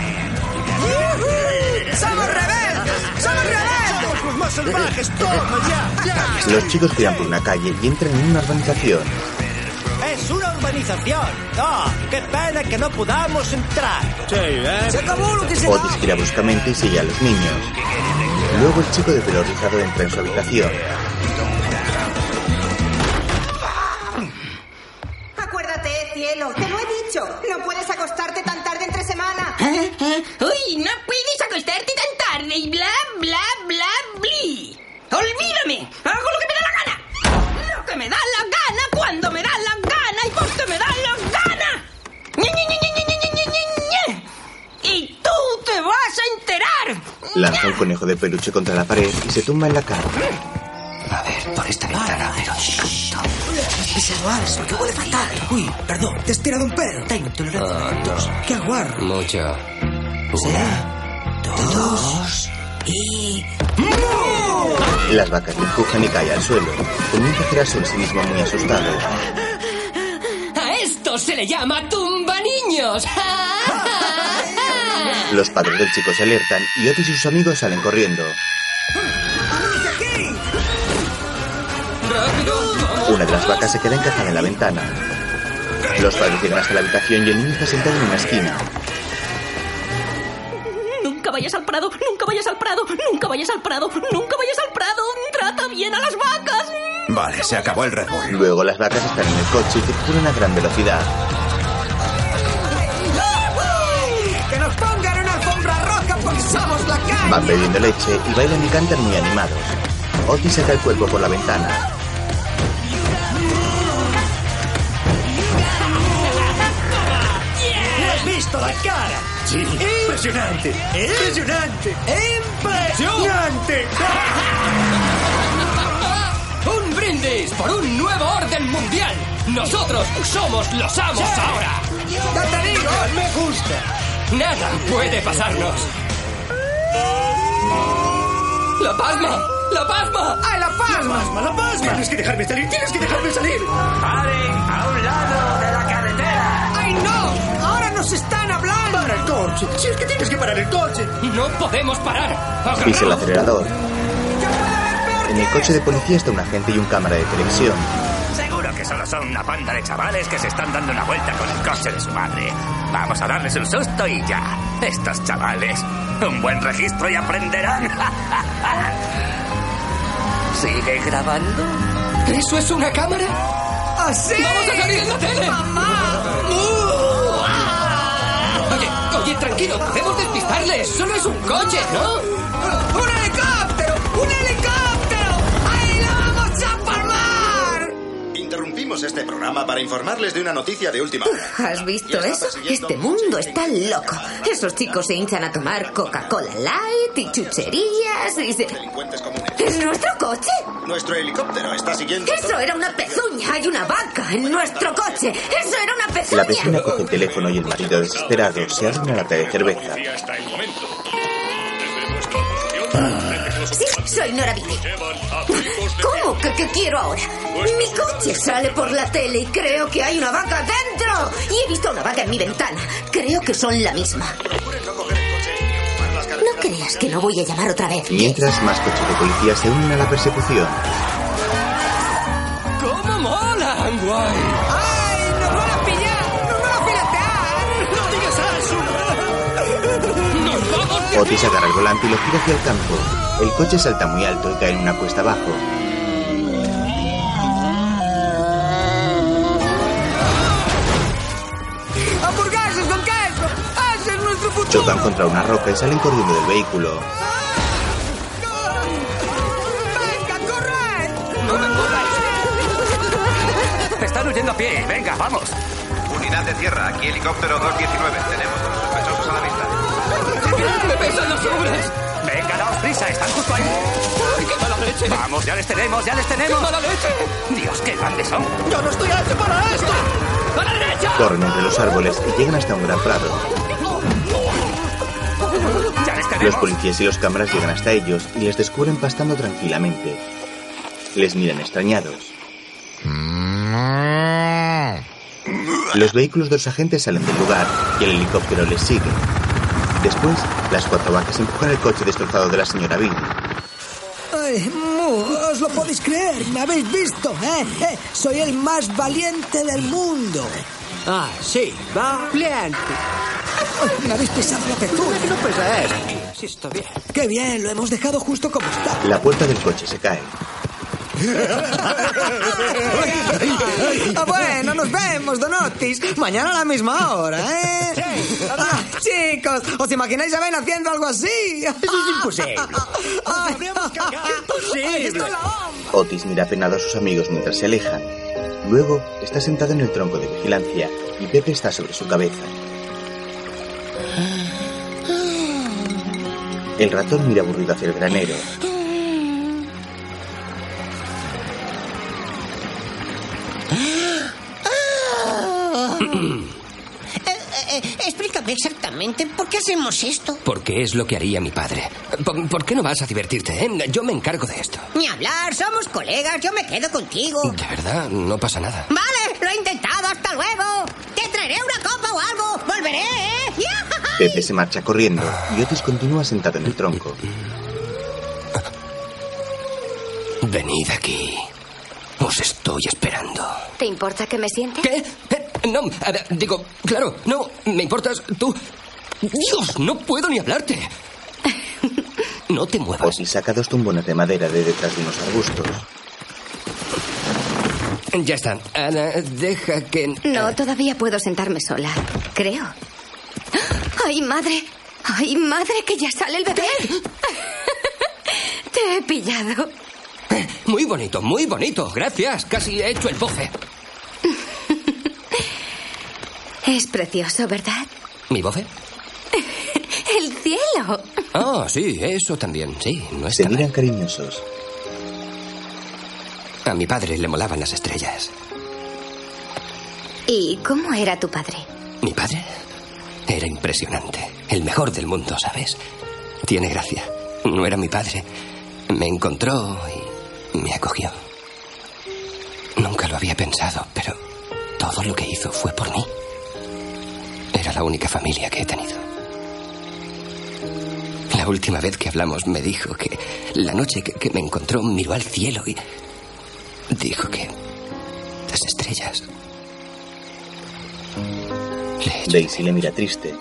¡Somos rebeldes! ¡Somos rebeldes! Somos los más salvajes. Toma, ya, ya. Los chicos giran por una calle y entran en una urbanización. Es una urbanización. Oh, qué pena que no podamos entrar. Sí, ¿eh? Se acabó lo que se Otis gira bruscamente y sigue a los niños. Luego el chico de pelo rizado entra en su habitación. Acuérdate, cielo, te lo he dicho. No puedes acostarte tan tarde entre semana. ¿Eh? ¿Eh? ¡Uy! No puedes acostarte tan tarde y bla, bla, bla, bli. ¡Olvídame! ¡Hago lo que me da la gana! ¡Lo que me da la gana cuando me da la gana y porque me da la gana! ¡Ñe, ñe, ñe, ñe, ñe, ñe, ñe, ñe! ¡Y tú te vas a enterar! Lanza un conejo de peluche contra la pared y se tumba en la cama. A ver, por esta ventana, pero... Has pisado algo, que huele fatal. Uy, perdón, te has tirado un pedo. Tengo tolerancia a dos. ¡Qué aguarro! Mucho. Una, dos y... Las vacas le empujan y cae al suelo. Comienza a girar sobre sí mismo muy asustado. ¡A esto se le llama tumba niños! Los padres del chico se alertan y Otis y sus amigos salen corriendo. Una de las vacas se queda encajada en la ventana. Los padres llegan hasta la habitación y el niño está sentado en una esquina. Nunca vayas al prado, nunca vayas al prado, nunca vayas al prado, nunca vayas al prado. Trata bien a las vacas. Vale, se acabó el Red Bull. Luego las vacas están en el coche y circulan a gran velocidad. ¡Que nos pongan una alfombra roja porque somos la calle! Van bebiendo leche y bailan y cantan muy animados. Otis saca el cuerpo por la ventana. ¿Le has visto la cara? Sí. Impresionante. Impresionante. Impresionante. ¡Un brindis por un nuevo orden mundial! ¡Nosotros somos los amos Sí. ahora! ¡Ya te digo! Me gusta. ¡Nada puede pasarnos! ¡La pasma! ¡La pasma! ¡Ay, la palma! ¡Pasma, la pasma! Tienes que dejarme salir, tienes que dejarme salir. ¡Paren a un lado de la carretera! ¡Ay, no! ¡Ahora nos están hablando! Para el coche. Si es que tienes que parar el coche. ¡No podemos parar! Pisa el acelerador. En el coche de policía está un agente y un cámara de televisión. Seguro que solo son una banda de chavales que se están dando una vuelta con el coche de su madre. Vamos a darles un susto y ya. Estos chavales, un buen registro y aprenderán. ¿Sigue grabando? ¿Eso es una cámara? ¡Ah, sí! ¡Vamos a salir en la tele! ¡Mamá! Uh, ah. Oye, oye, tranquilo, podemos despistarles. Solo es un coche, ¿no? ¡Un helicóptero! ¡Un helicóptero! ¡Ahí la vamos a palmar! Interrumpimos este programa para informarles de una noticia de última hora. ¿Has visto eso? Este mundo está loco. Esos chicos se hinchan a tomar Coca-Cola Light y chucherías y se... ¿Es nuestro coche? Nuestro helicóptero está siguiendo... Eso era una pezuña. Hay una vaca en nuestro coche. Eso era una pezuña. La vecina coge el teléfono y el marido desesperado se abre una lata de cerveza. Sí, soy Nora Vitti. ¿Cómo que qué quiero ahora? Mi coche sale por la tele y creo que hay una vaca dentro. Y he visto una vaca en mi ventana. Creo que son la misma. No creas que no voy a llamar otra vez. Mientras, más coches de policía se unen a la persecución. ¡Cómo molan, guay! ¡Ay, nos van a pillar! ¡Nos van a filetear! ¡No digas eso! ¡Nos vamos! Otis agarra el volante y lo gira hacia el campo. El coche salta muy alto y cae en una cuesta abajo. ¡Hamburguesas con queso! ¡Ese es nuestro futuro! Chocan contra una roca y salen corriendo del vehículo. ¡Venga, corre! ¡No me corras! Están huyendo a pie. Venga, vamos. Unidad de tierra, aquí helicóptero dos diecinueve. Tenemos dos sospechosos a la vista. ¡Me pesan los hombres! Venga, daos prisa, están justo ahí. ¡Ay, qué mala leche! Vamos, ya les tenemos, ya les tenemos. ¡Qué mala leche! Dios, qué grandes son. ¡Yo no estoy hecho para esto! ¡A la derecha! Corren entre los árboles y llegan hasta un gran prado. Ya les tenemos. Los policías y los cámaras llegan hasta ellos y les descubren pastando tranquilamente. Les miran extrañados. Los vehículos de los agentes salen del lugar y el helicóptero les sigue. Después, las cuatro vacas empujan el coche destrozado de la señora Bill. Ay, mu, os lo podéis creer, me habéis visto, ¿eh? ¿eh? Soy el más valiente del mundo. Ah, sí, valiente. Ay, me habéis pisado la pezuña. No pesa eso. Sí, está bien. Qué bien, lo hemos dejado justo como está. La puerta del coche se cae. Ah, bueno, nos vemos, Don Otis. Mañana a la misma hora, ¿eh? Ah, chicos, ¿os imagináis a Ben haciendo algo así? Eso es imposible. Ay, Imposible. Otis mira apenado a sus amigos mientras se alejan. Luego está sentado en el tronco de vigilancia y Pepe está sobre su cabeza. El ratón mira aburrido hacia el granero. Explícame exactamente por qué hacemos esto. Porque es lo que haría mi padre. ¿Por, por qué no vas a divertirte, eh? Yo me encargo de esto. Ni hablar, somos colegas, yo me quedo contigo. De verdad, no pasa nada. Vale, lo he intentado, hasta luego. Te traeré una copa o algo. Volveré, ¿eh? Pepe se marcha corriendo y Otis continúa sentado en el tronco. Venid aquí. Os estoy esperando. ¿Te importa que me siente? ¿Qué? Eh, no, a ver, digo, claro, no, me importas tú. Dios, no puedo ni hablarte. No te muevas. Otis saca dos tumbones de madera de detrás de unos arbustos. Ya está. Ana, deja que... No, todavía puedo sentarme sola, creo. ¡Ay, madre! ¡Ay, madre, que ya sale el bebé! Te he pillado. Muy bonito, muy bonito. Gracias. Casi he hecho el bofe. Es precioso, ¿verdad? ¿Mi bofe? El cielo. Ah, sí, eso también. Sí, no está Se miran mal. cariñosos. A mi padre le molaban las estrellas. ¿Y cómo era tu padre? ¿Mi padre? Era impresionante. El mejor del mundo, ¿sabes? Tiene gracia. No era mi padre. Me encontró y me acogió. Nunca lo había pensado, pero todo lo que hizo fue por mí. Era la única familia que he tenido. La última vez que hablamos me dijo que la noche que, que me encontró miró al cielo y dijo que las estrellas ellas. Daisy le mira triste.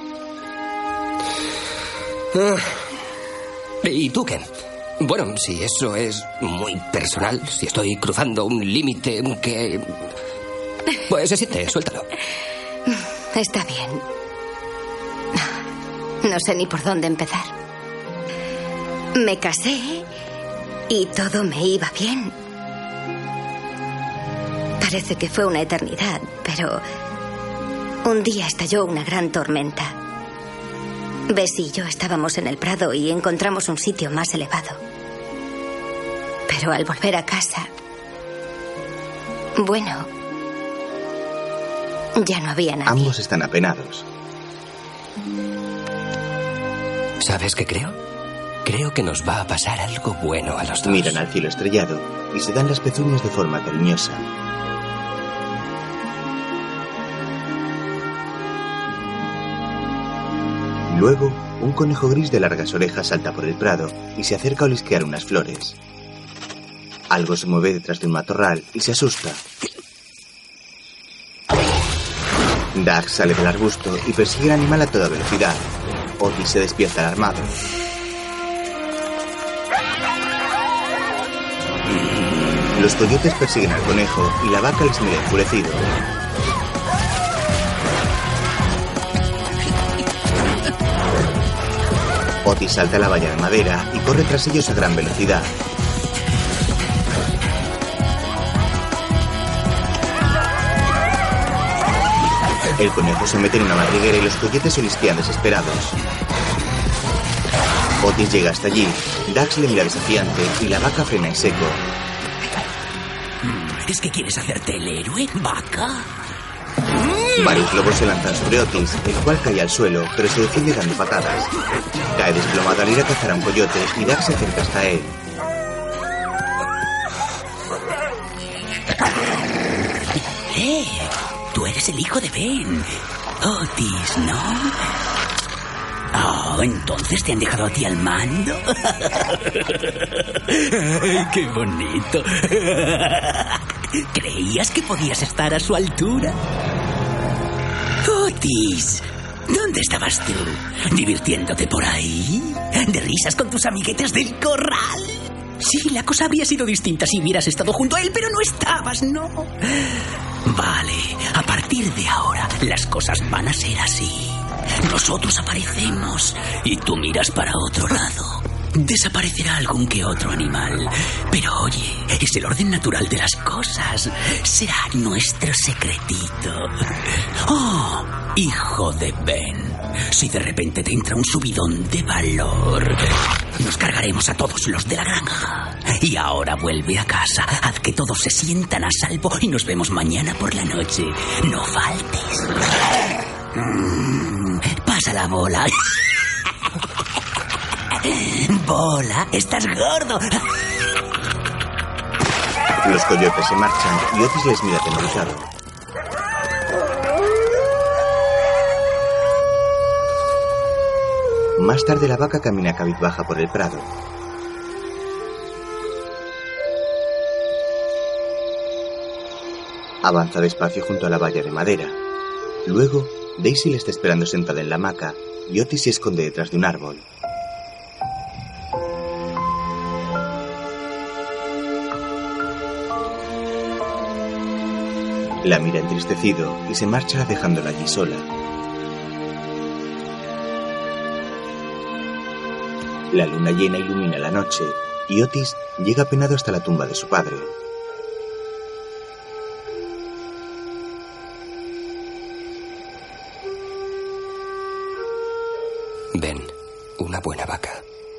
Ah, ¿y tú qué? Bueno, si eso es muy personal, si estoy cruzando un límite que... Pues se siente, suéltalo. Está bien. No sé ni por dónde empezar. Me casé y todo me iba bien. Parece que fue una eternidad, pero un día estalló una gran tormenta. Bessie y yo estábamos en el prado y encontramos un sitio más elevado. Pero al volver a casa, bueno, ya no había nadie. Ambos están apenados. ¿Sabes qué creo? Creo que nos va a pasar algo bueno a los dos. Miran al cielo estrellado y se dan las pezuñas de forma cariñosa. Luego, un conejo gris de largas orejas salta por el prado y se acerca a olisquear unas flores. Algo se mueve detrás de un matorral y se asusta. Doug sale del arbusto y persigue al animal a toda velocidad. Otis se despierta alarmado. Los coyotes persiguen al conejo y la vaca les mira enfurecido. Otis salta a la valla de madera y corre tras ellos a gran velocidad. El conejo se mete en una madriguera y los coyotes se olisquean desesperados. Otis llega hasta allí. Dax le mira desafiante y la vaca frena en seco. ¿Es que quieres hacerte el héroe, vaca? Varios lobos se lanzan sobre Otis, el cual cae al suelo, pero se defiende dando patadas. Cae desplomado al ir a cazar a un coyote y Dax se acerca hasta él. ¡Eh! Tú eres el hijo de Ben. Otis, ¿no? Oh, ¿entonces te han dejado a ti al mando? ¡Ay, qué bonito! ¿Creías que podías estar a su altura? Otis, ¿dónde estabas tú? ¿Divirtiéndote por ahí? ¿De risas con tus amiguetes del corral? Sí, la cosa habría sido distinta si hubieras estado junto a él, pero no estabas, ¿no? Vale, a partir de ahora las cosas van a ser así. Nosotros aparecemos y tú miras para otro lado. Desaparecerá algún que otro animal, pero oye, es el orden natural de las cosas. Será nuestro secretito. Oh, hijo de Ben, si de repente te entra un subidón de valor, nos cargaremos a todos los de la granja. Y ahora vuelve a casa, haz que todos se sientan a salvo y nos vemos mañana por la noche. No faltes. Mm, pasa la bola. Bola, estás gordo. Los coyotes se marchan y Otis les mira atemorizado. Más tarde la vaca camina cabizbaja por el prado. Avanza despacio junto a la valla de madera. Luego, Daisy le está esperando sentada en la hamaca y Otis se esconde detrás de un árbol. La mira entristecido y se marcha dejándola allí sola. La luna llena ilumina la noche y Otis llega apenado hasta la tumba de su padre. Ben, una buena vaca.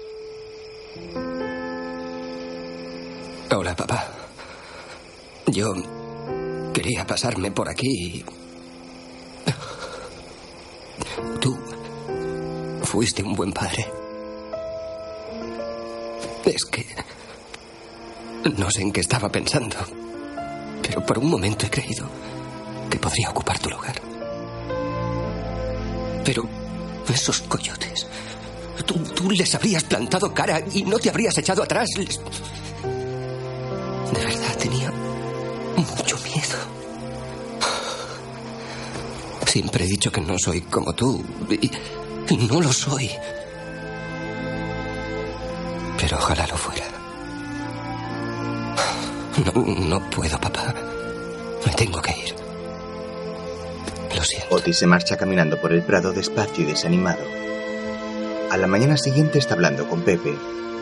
Hola, papá. Yo quería pasarme por aquí. Tú fuiste un buen padre. Es que no sé en qué estaba pensando, pero por un momento he creído que podría ocupar tu lugar. Pero esos coyotes, tú, tú les habrías plantado cara y no te habrías echado atrás. Les... De verdad tenía mucho miedo. Siempre he dicho que no soy como tú. Y, y no lo soy. Pero ojalá lo fuera. No, no puedo, papá. Me tengo que ir. Lo siento. Otis se marcha caminando por el prado despacio y desanimado. A la mañana siguiente está hablando con Pepe.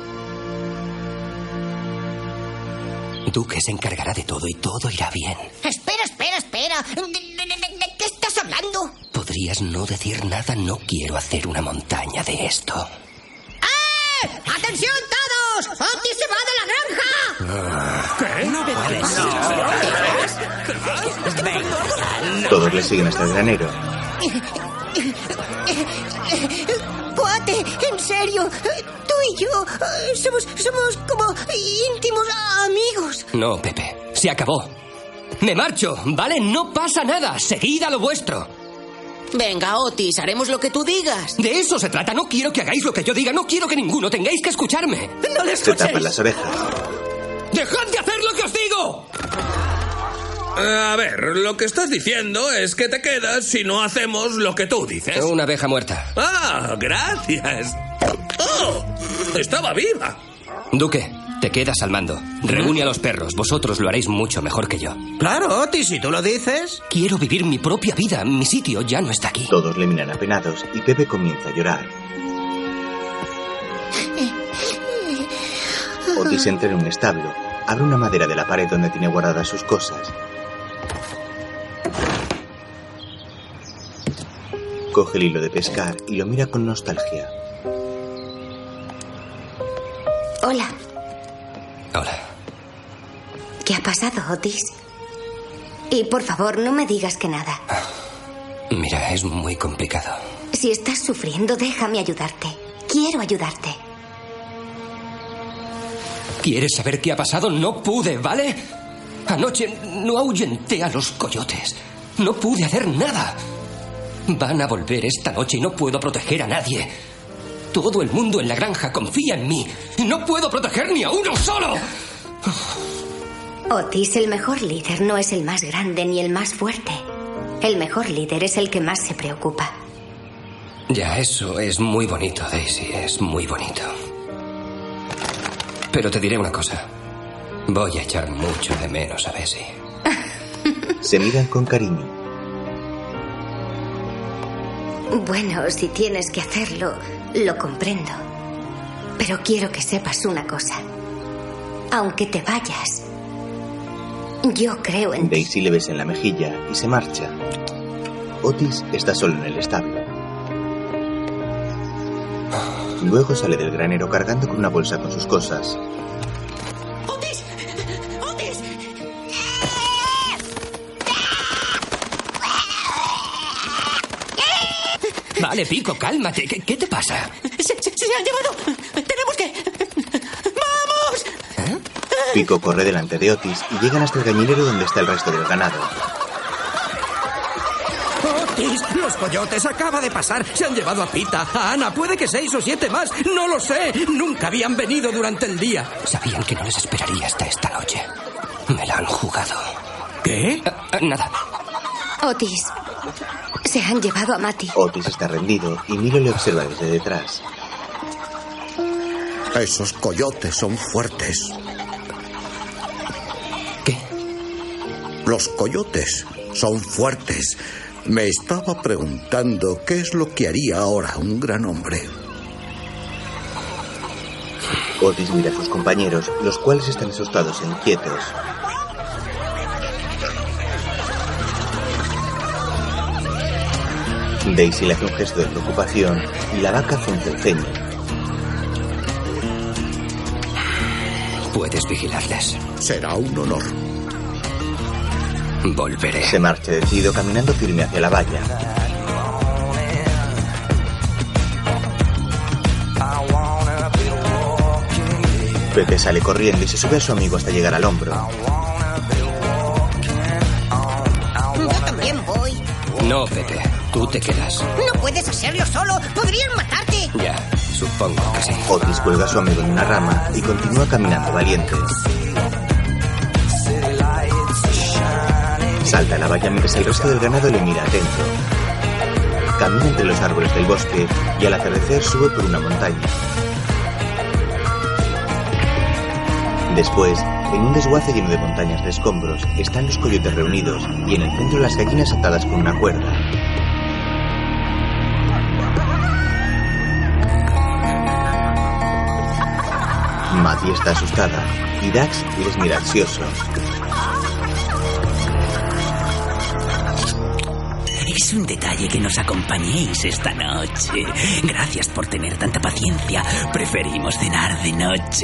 Duque se encargará de todo y todo irá bien. Espera, espera, espera. ¿De, de, de, de qué estás hablando? ¿Podrías no decir nada? No quiero hacer una montaña de esto. ¡Eh! ¡Atención todos! ¡Otis se va de la granja! ¿Qué? No puede ser. Todos le siguen hasta el granero. Cuate, en serio. Tú y yo eh, somos, somos como íntimos amigos. No, Pepe. Se acabó. Me marcho, ¿vale? No pasa nada. Seguid a lo vuestro. Venga, Otis, haremos lo que tú digas. De eso se trata. No quiero que hagáis lo que yo diga. No quiero que ninguno tengáis que escucharme. No le Se tapan las orejas. ¡Dejad de hacer lo que os digo! A ver, lo que estás diciendo es que te quedas si no hacemos lo que tú dices. Una abeja muerta. Ah, gracias. ¡Oh! Estaba viva. Duque, te quedas al mando. Reúne a los perros. Vosotros lo haréis mucho mejor que yo. Claro, Otis, si tú lo dices. Quiero vivir mi propia vida. Mi sitio ya no está aquí. Todos le miran apenados y Pepe comienza a llorar. Otis entra en un establo. Abre una madera de la pared donde tiene guardadas sus cosas. Coge el hilo de pescar y lo mira con nostalgia. Hola. Hola. ¿Qué ha pasado, Otis? Y por favor, no me digas que nada. Mira, es muy complicado. Si estás sufriendo, déjame ayudarte. Quiero ayudarte. ¿Quieres saber qué ha pasado? No pude, ¿vale? Anoche no ahuyenté a los coyotes. No pude hacer nada. Van a volver esta noche y no puedo proteger a nadie. Todo el mundo en la granja confía en mí y no puedo proteger ni a uno solo. Otis, el mejor líder no es el más grande ni el más fuerte. El mejor líder es el que más se preocupa. Ya, eso es muy bonito, Daisy, es muy bonito. Pero te diré una cosa. Voy a echar mucho de menos a Bessie. Se miran con cariño. Bueno, si tienes que hacerlo, lo comprendo. Pero quiero que sepas una cosa. Aunque te vayas, yo creo en ti. Daisy le besa en la mejilla y se marcha. Otis está solo en el establo. Luego sale del granero cargando con una bolsa con sus cosas. ¡Otis! ¡Otis! Vale, Pico, cálmate. ¿Qué, qué te pasa? Se, se, se han llevado. Tenemos que... ¡Vamos! ¿Eh? Pico corre delante de Otis y llegan hasta el gallinero donde está el resto del ganado. Otis, los coyotes acaba de pasar. Se han llevado a Pita, a Ana, puede que seis o siete más. No lo sé. Nunca habían venido durante el día. Sabían que no les esperaría hasta esta noche. Me la han jugado. ¿Qué? Uh, uh, nada. Otis, se han llevado a Matty. Otis está rendido y Milo le observa desde detrás. Esos coyotes son fuertes. ¿Qué? Los coyotes son fuertes. Me estaba preguntando qué es lo que haría ahora un gran hombre. Otis mira a sus compañeros, los cuales están asustados e inquietos. Daisy le hace un gesto de preocupación y la vaca frunce el ceño. Puedes vigilarles. Será un honor. Volveré. Se marcha decidido caminando firme hacia la valla. Pepe sale corriendo y se sube a su amigo hasta llegar al hombro. Yo también voy. No, Pepe, tú te quedas. No puedes hacerlo solo. Podrían matarte. Ya, supongo que sí. Otis cuelga a su amigo en una rama y continúa caminando valiente. Salta a la valla mientras el resto del ganado le mira atento. Camina entre los árboles del bosque y al atardecer sube por una montaña. Después, en un desguace lleno de montañas de escombros, están los coyotes reunidos y en el centro las gallinas atadas con una cuerda. Matty está asustada y Dax les mira ansioso. Es un detalle que nos acompañéis esta noche. Gracias por tener tanta paciencia. Preferimos cenar de noche.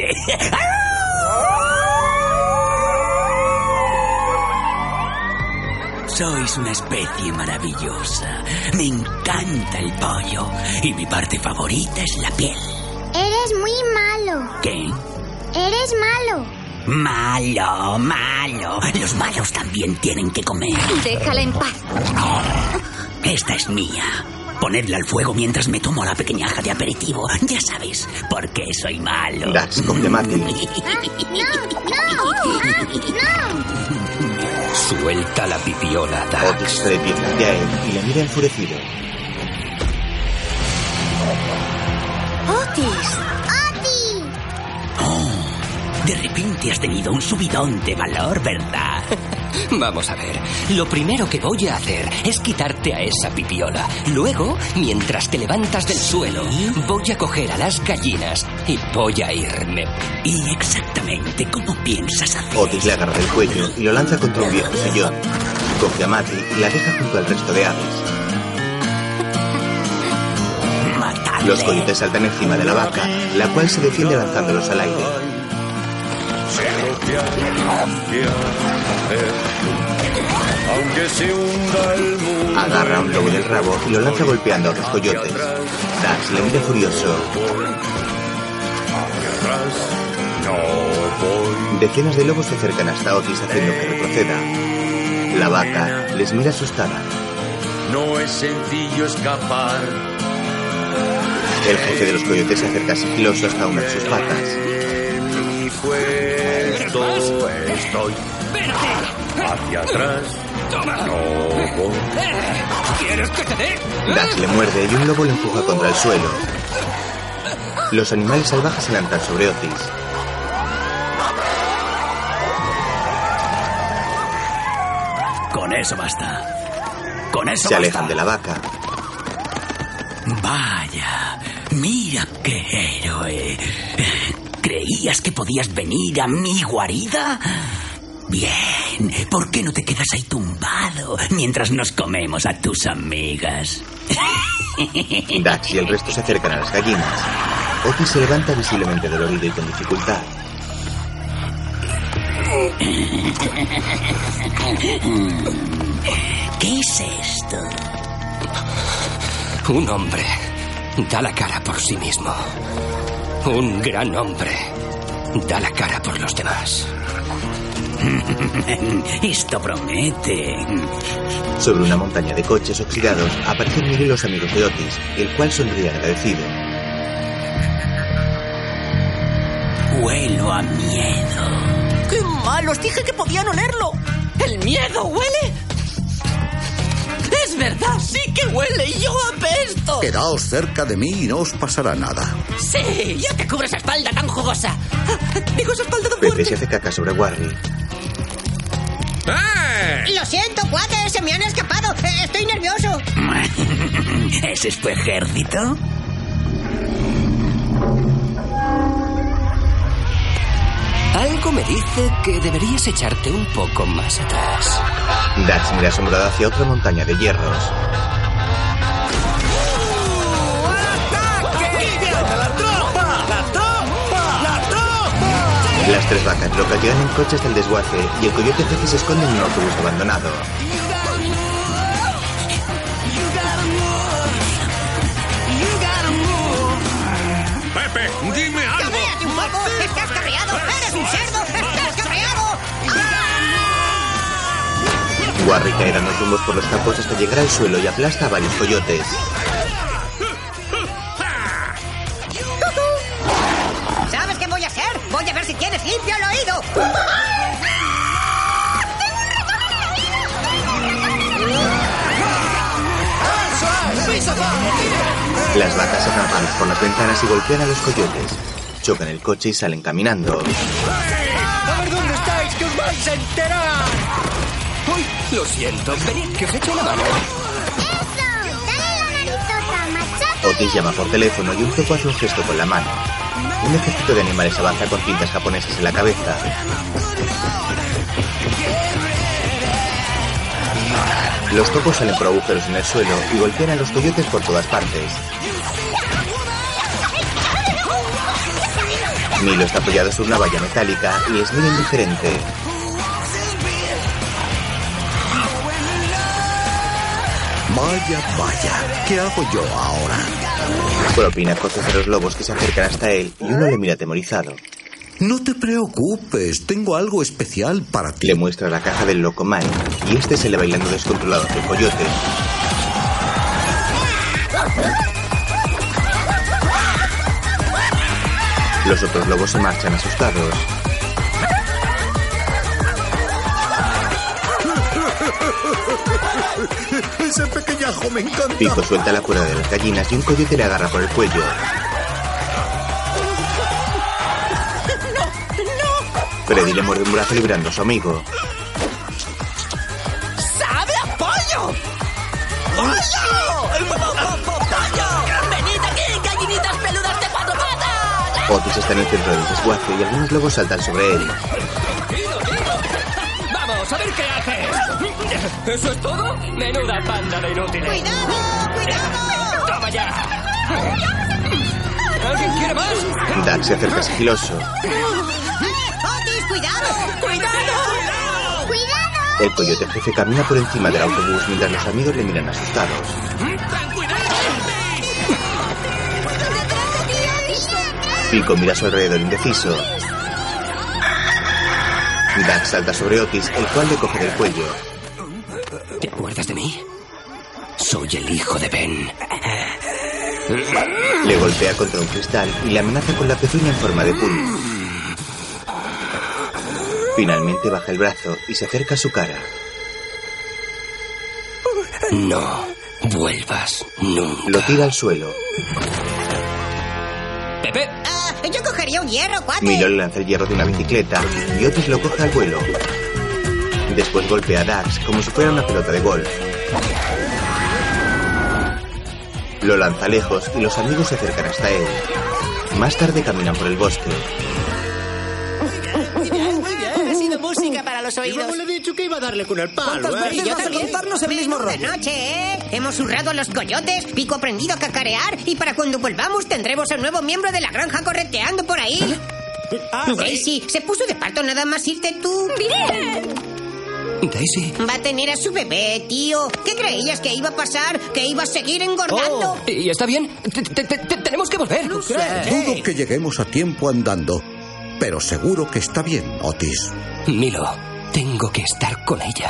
Sois una especie maravillosa. Me encanta el pollo y mi parte favorita es la piel. Eres muy malo. ¿Qué? Eres malo. Malo, malo. Los malos también tienen que comer. Déjala en paz. Esta es mía. Ponedla al fuego mientras me tomo la pequeñaja de aperitivo. Ya sabéis por qué soy malo. Dax coge Matty. ¡No! ¡Ah, no! Suelta la pipiola, Dax. Otis se detiene hacia él y le mira enfurecido. ¡Otis! ¡Otis! Oh, de repente has tenido un subidón de valor, ¿verdad? Vamos a ver. Lo primero que voy a hacer es quitarte a esa pipiola. Luego, mientras te levantas del suelo, voy a coger a las gallinas y voy a irme. ¿Y exactamente cómo piensas hacer? Otis le agarra del cuello y lo lanza contra un viejo sillón. Coge a Matty y la deja junto al resto de aves. ¡Matadle! Los coyotes saltan encima de la vaca, la cual se defiende lanzándolos al aire. Aunque se hunda el mundo. Agarra a un lobo del rabo y lo lanza golpeando a otros coyotes. Dax le mira furioso. Decenas de lobos se acercan hasta Otis haciendo que retroceda. La vaca les mira asustada. No es sencillo escapar. El jefe de los coyotes se acerca sigiloso hasta una de sus patas. Puesto estoy. Hacia atrás. No voy. ¿Quieres que te dé? Dax le muerde y un lobo lo empuja contra el suelo. Los animales salvajes se lanzan sobre Otis. Con eso basta. Con eso Se alejan basta. de la vaca. Vaya, mira qué héroe. ¿Creías que podías venir a mi guarida? Bien, ¿por qué no te quedas ahí tumbado mientras nos comemos a tus amigas? Dax y el resto se acercan a las gallinas. Otis se levanta visiblemente dolorido y con dificultad. ¿Qué es esto? Un hombre da la cara por sí mismo. Un gran hombre da la cara por los demás. Esto promete. Sobre una montaña de coches oxidados aparecen Miguel y los amigos de Otis, el cual sonríe agradecido. Huelo a miedo. ¡Qué mal! Os dije que podían olerlo. ¿El miedo huele? ¡Es verdad! ¡Sí que huele! ¡Y yo apesto! Quedaos cerca de mí y no os pasará nada. ¡Sí! ¡Ya te cubre esa espalda tan jugosa! ¡Digo esa espalda tan Pepe fuerte! se hace caca sobre Warry. ¡Eh! Lo siento, cuate, se me han escapado. Eh, Estoy nervioso. ¿Ese es tu ejército? Algo me dice que deberías echarte un poco más atrás. Dax mira asombrado hacia otra montaña de hierros. Las tres vacas locas llegan en coches del desguace y el coyote jefe se esconde en un autobús abandonado. Pepe, dime algo. ¡Cabréate un poco! ¡Estás cabreado! ¡Eres un cerdo! ¡Estás cabreado! Warry cae dando tumbos por los campos hasta llegar al suelo y aplasta a varios coyotes. ¿Sabes qué voy a hacer? Voy a ver si tienes limpio el oído. Las vacas se arrancan por las ventanas y golpean a los coyotes. Chocan el coche y salen caminando. A ver dónde estáis, que os vais a enterar. Uy, lo siento. Venid, que os echo una mano. Otis llama por teléfono y un topo hace un gesto con la mano. Un ejército de animales avanza con cintas japonesas en la cabeza. Los topos salen por agujeros en el suelo y golpean a los coyotes por todas partes. Milo está apoyado sobre una valla metálica y les mira indiferente. Vaya, vaya, ¿qué hago yo ahora? Propina cosas de los lobos que se acercan hasta él y uno le mira atemorizado. No te preocupes, tengo algo especial para ti. Le muestra la caja del Locoman y este se le bailando descontrolado hacia el coyote. Los otros lobos se marchan asustados. Ese pequeñajo me encanta. Pico suelta la cuerda de las gallinas y un coyote le agarra por el cuello. Freddy le muerde un brazo librando a su amigo. ¡Sabe a pollo! ¡Pollo! ¡Pollo! ¡Venid aquí, gallinitas peludas de cuatro patas! Otis está en el centro del desguace y algunos lobos saltan sobre él. ¡Vamos, a ver qué haces! ¿Eso es todo? Menuda panda de inútiles. ¡Cuidado, cuidado! ¡Toma ya! ¿Alguien quiere más? Doug se acerca sigiloso. ¡Otis, cuidado! ¡Cuidado! ¡Cuidado! El coyote jefe camina por encima del autobús mientras los amigos le miran asustados. Pico mira a su alrededor indeciso. Doug salta sobre Otis, el cual le coge del cuello. ¿Te acuerdas de mí? Soy el hijo de Ben. Le golpea contra un cristal y le amenaza con la pezuña en forma de puño. Finalmente baja el brazo y se acerca a su cara. No vuelvas nunca. Lo tira al suelo. Pepe. Ah, yo cogería un hierro, cuate. Milo le lanza el hierro de una bicicleta y Otis lo coge al vuelo. Después golpea a Dax como si fuera una pelota de golf. Lo lanza lejos y los amigos se acercan hasta él. Más tarde caminan por el bosque. Muy bien, muy bien. Ha sido música para los Y oídos. luego le he dicho que iba a darle con el palo, ¿Cuántas ¿eh? veces Yo vas a también. contarnos el mismo Menuda rollo? noche, ¿eh? Hemos zurrado a los coyotes, Pico ha aprendido a cacarear y para cuando volvamos tendremos a un nuevo miembro de la granja correteando por ahí. Ah, Daisy, se puso de parto nada más irte tú. ¡Bien! Daisy. Va a tener a su bebé, tío. ¿Qué creías que iba a pasar? ¿Que iba a seguir engordando? Oh, ¿y está bien? Te- te- te- te- tenemos que volver. Dudo que lleguemos a tiempo andando, pero seguro que está bien, Otis. Milo, tengo que estar con ella.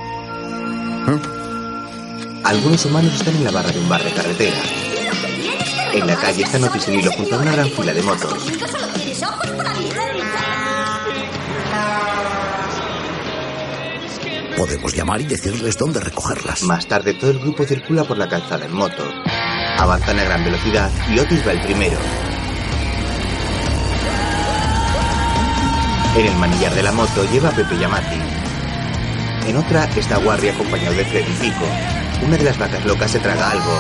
Algunos humanos están en la barra de un bar de carretera. En la calle están Otis y Milo junto a una gran fila de motos. Podemos llamar y decirles dónde recogerlas. Más tarde todo el grupo circula por la calzada en moto. Avanzan a gran velocidad y Otis va el primero. En el manillar de la moto lleva a Pepe y a Mati. En otra está Warry acompañado de Freddy y Pico. Una de las vacas locas se traga algo.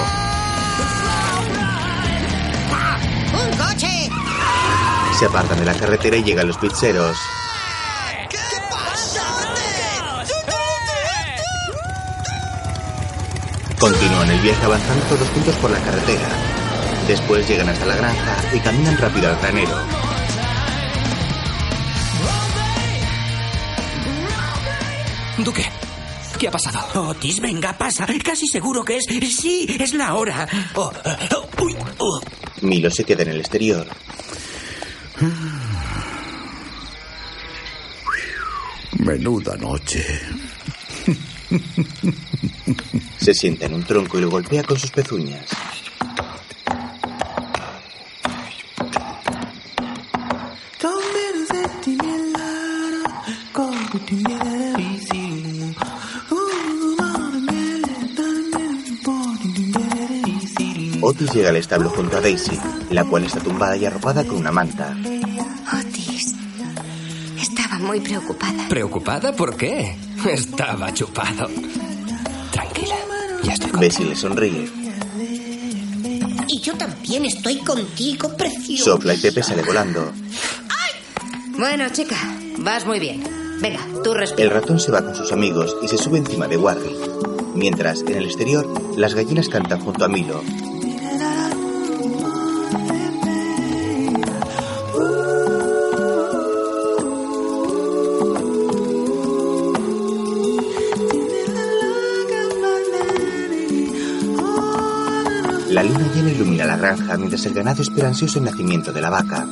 ¡Un coche! Se apartan de la carretera y llegan los pizzeros. Continúan el viaje avanzando todos juntos por la carretera. Después llegan hasta la granja y caminan rápido al granero. Duque, ¿qué ha pasado? Otis, venga, pasa. Casi seguro que es... Sí, es la hora. Oh, oh, uy, oh. Milo se queda en el exterior. Menuda noche. Se sienta en un tronco y lo golpea con sus pezuñas. Otis llega al establo junto a Daisy, la cual está tumbada y arropada con una manta. Otis, estaba muy preocupada. ¿Preocupada? ¿Por qué? Estaba chupado. Tranquila, ya estoy contigo. Bessie le sonríe. Y yo también estoy contigo, precioso. Sopla y Pepe sale volando. Bueno, chica, vas muy bien. Venga, tú respira. El ratón se va con sus amigos y se sube encima de Warry. Mientras, en el exterior, las gallinas cantan junto a Milo. La luna llena ilumina la granja mientras el ganado espera ansioso el nacimiento de la vaca.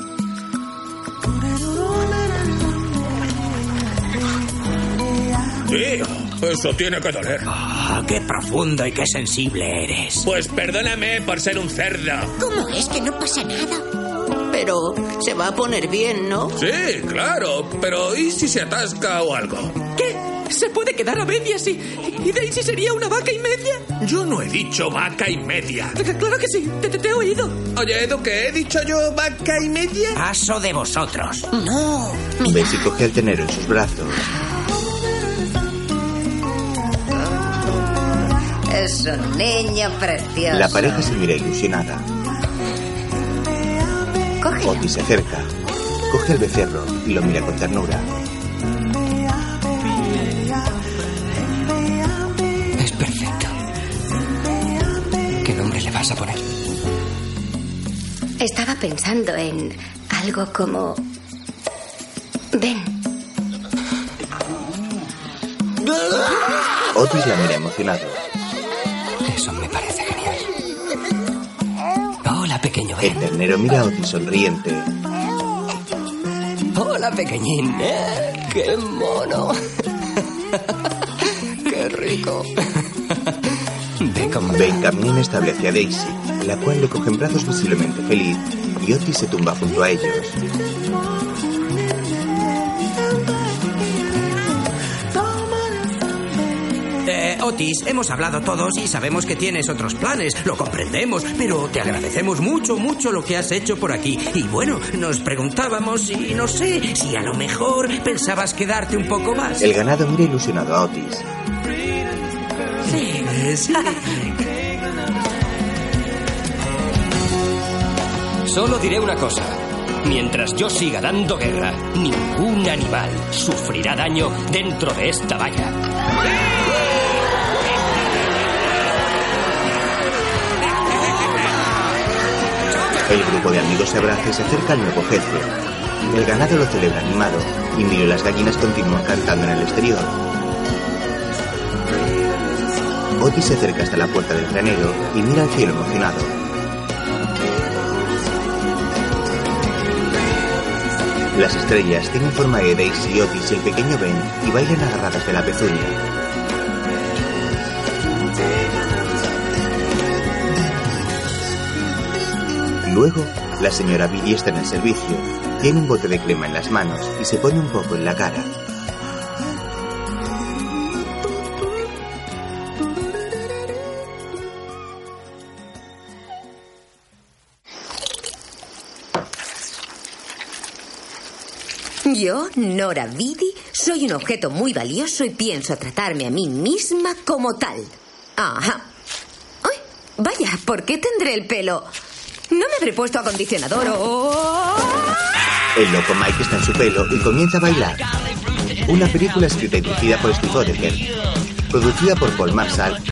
Tío, eso tiene que doler. Ah, qué profundo y qué sensible eres. Pues perdóname por ser un cerdo. ¿Cómo es que no pasa nada? Pero se va a poner bien, ¿no? Sí, claro, pero ¿y si se atasca o algo? ¿Qué? ¿Se puede quedar a medias y, y Daisy sería una vaca y media? Yo no he dicho vaca y media. Claro que sí, te, te, te he oído. Oye, Edu, ¿qué he dicho yo vaca y media? Paso de vosotros. No. Bessie coge al ternero en sus brazos. Es un niño precioso. La pareja se mira ilusionada. Cógelo. Otis se acerca, coge al becerro y lo mira con ternura. Es perfecto. ¿Qué nombre le vas a poner? Estaba pensando en algo como... Ben. Otis la mira emocionado. Eso me parece genial. Hola, pequeño Ben. El ternero mira a Otis sonriente. Hola, pequeñín. Eh, ¡Qué mono! ¡Qué rico! Ve con Ben camina inestable hacia Daisy, la cual le coge en brazos visiblemente feliz, y Otis se tumba junto a ellos. Eh, Otis, hemos hablado todos y sabemos que tienes otros planes, lo comprendemos, pero te agradecemos mucho, mucho lo que has hecho por aquí. Y bueno, nos preguntábamos si, no sé, si a lo mejor pensabas quedarte un poco más. El ganado mira ilusionado a Otis. Sí, sí. Solo diré una cosa. Mientras yo siga dando guerra, ningún animal sufrirá daño dentro de esta valla. El grupo de amigos se abraza y se acerca al nuevo jefe. El ganado lo celebra animado y Milo y las gallinas continúan cantando en el exterior. Otis se acerca hasta la puerta del granero y mira al cielo emocionado. Las estrellas tienen forma de Daisy, Otis y el pequeño Ben y bailan agarradas de la pezuña. Luego, la señora Billy está en el servicio, tiene un bote de crema en las manos y se pone un poco en la cara. Yo, Nora Bidi, soy un objeto muy valioso y pienso tratarme a mí misma como tal. Ajá. ¡Ay! Vaya, ¿por qué tendré el pelo? No me habré puesto acondicionador o... El loco Mike está en su pelo y comienza a bailar. Una película escrita y dirigida por Steve Odeker, producida por Paul Marshall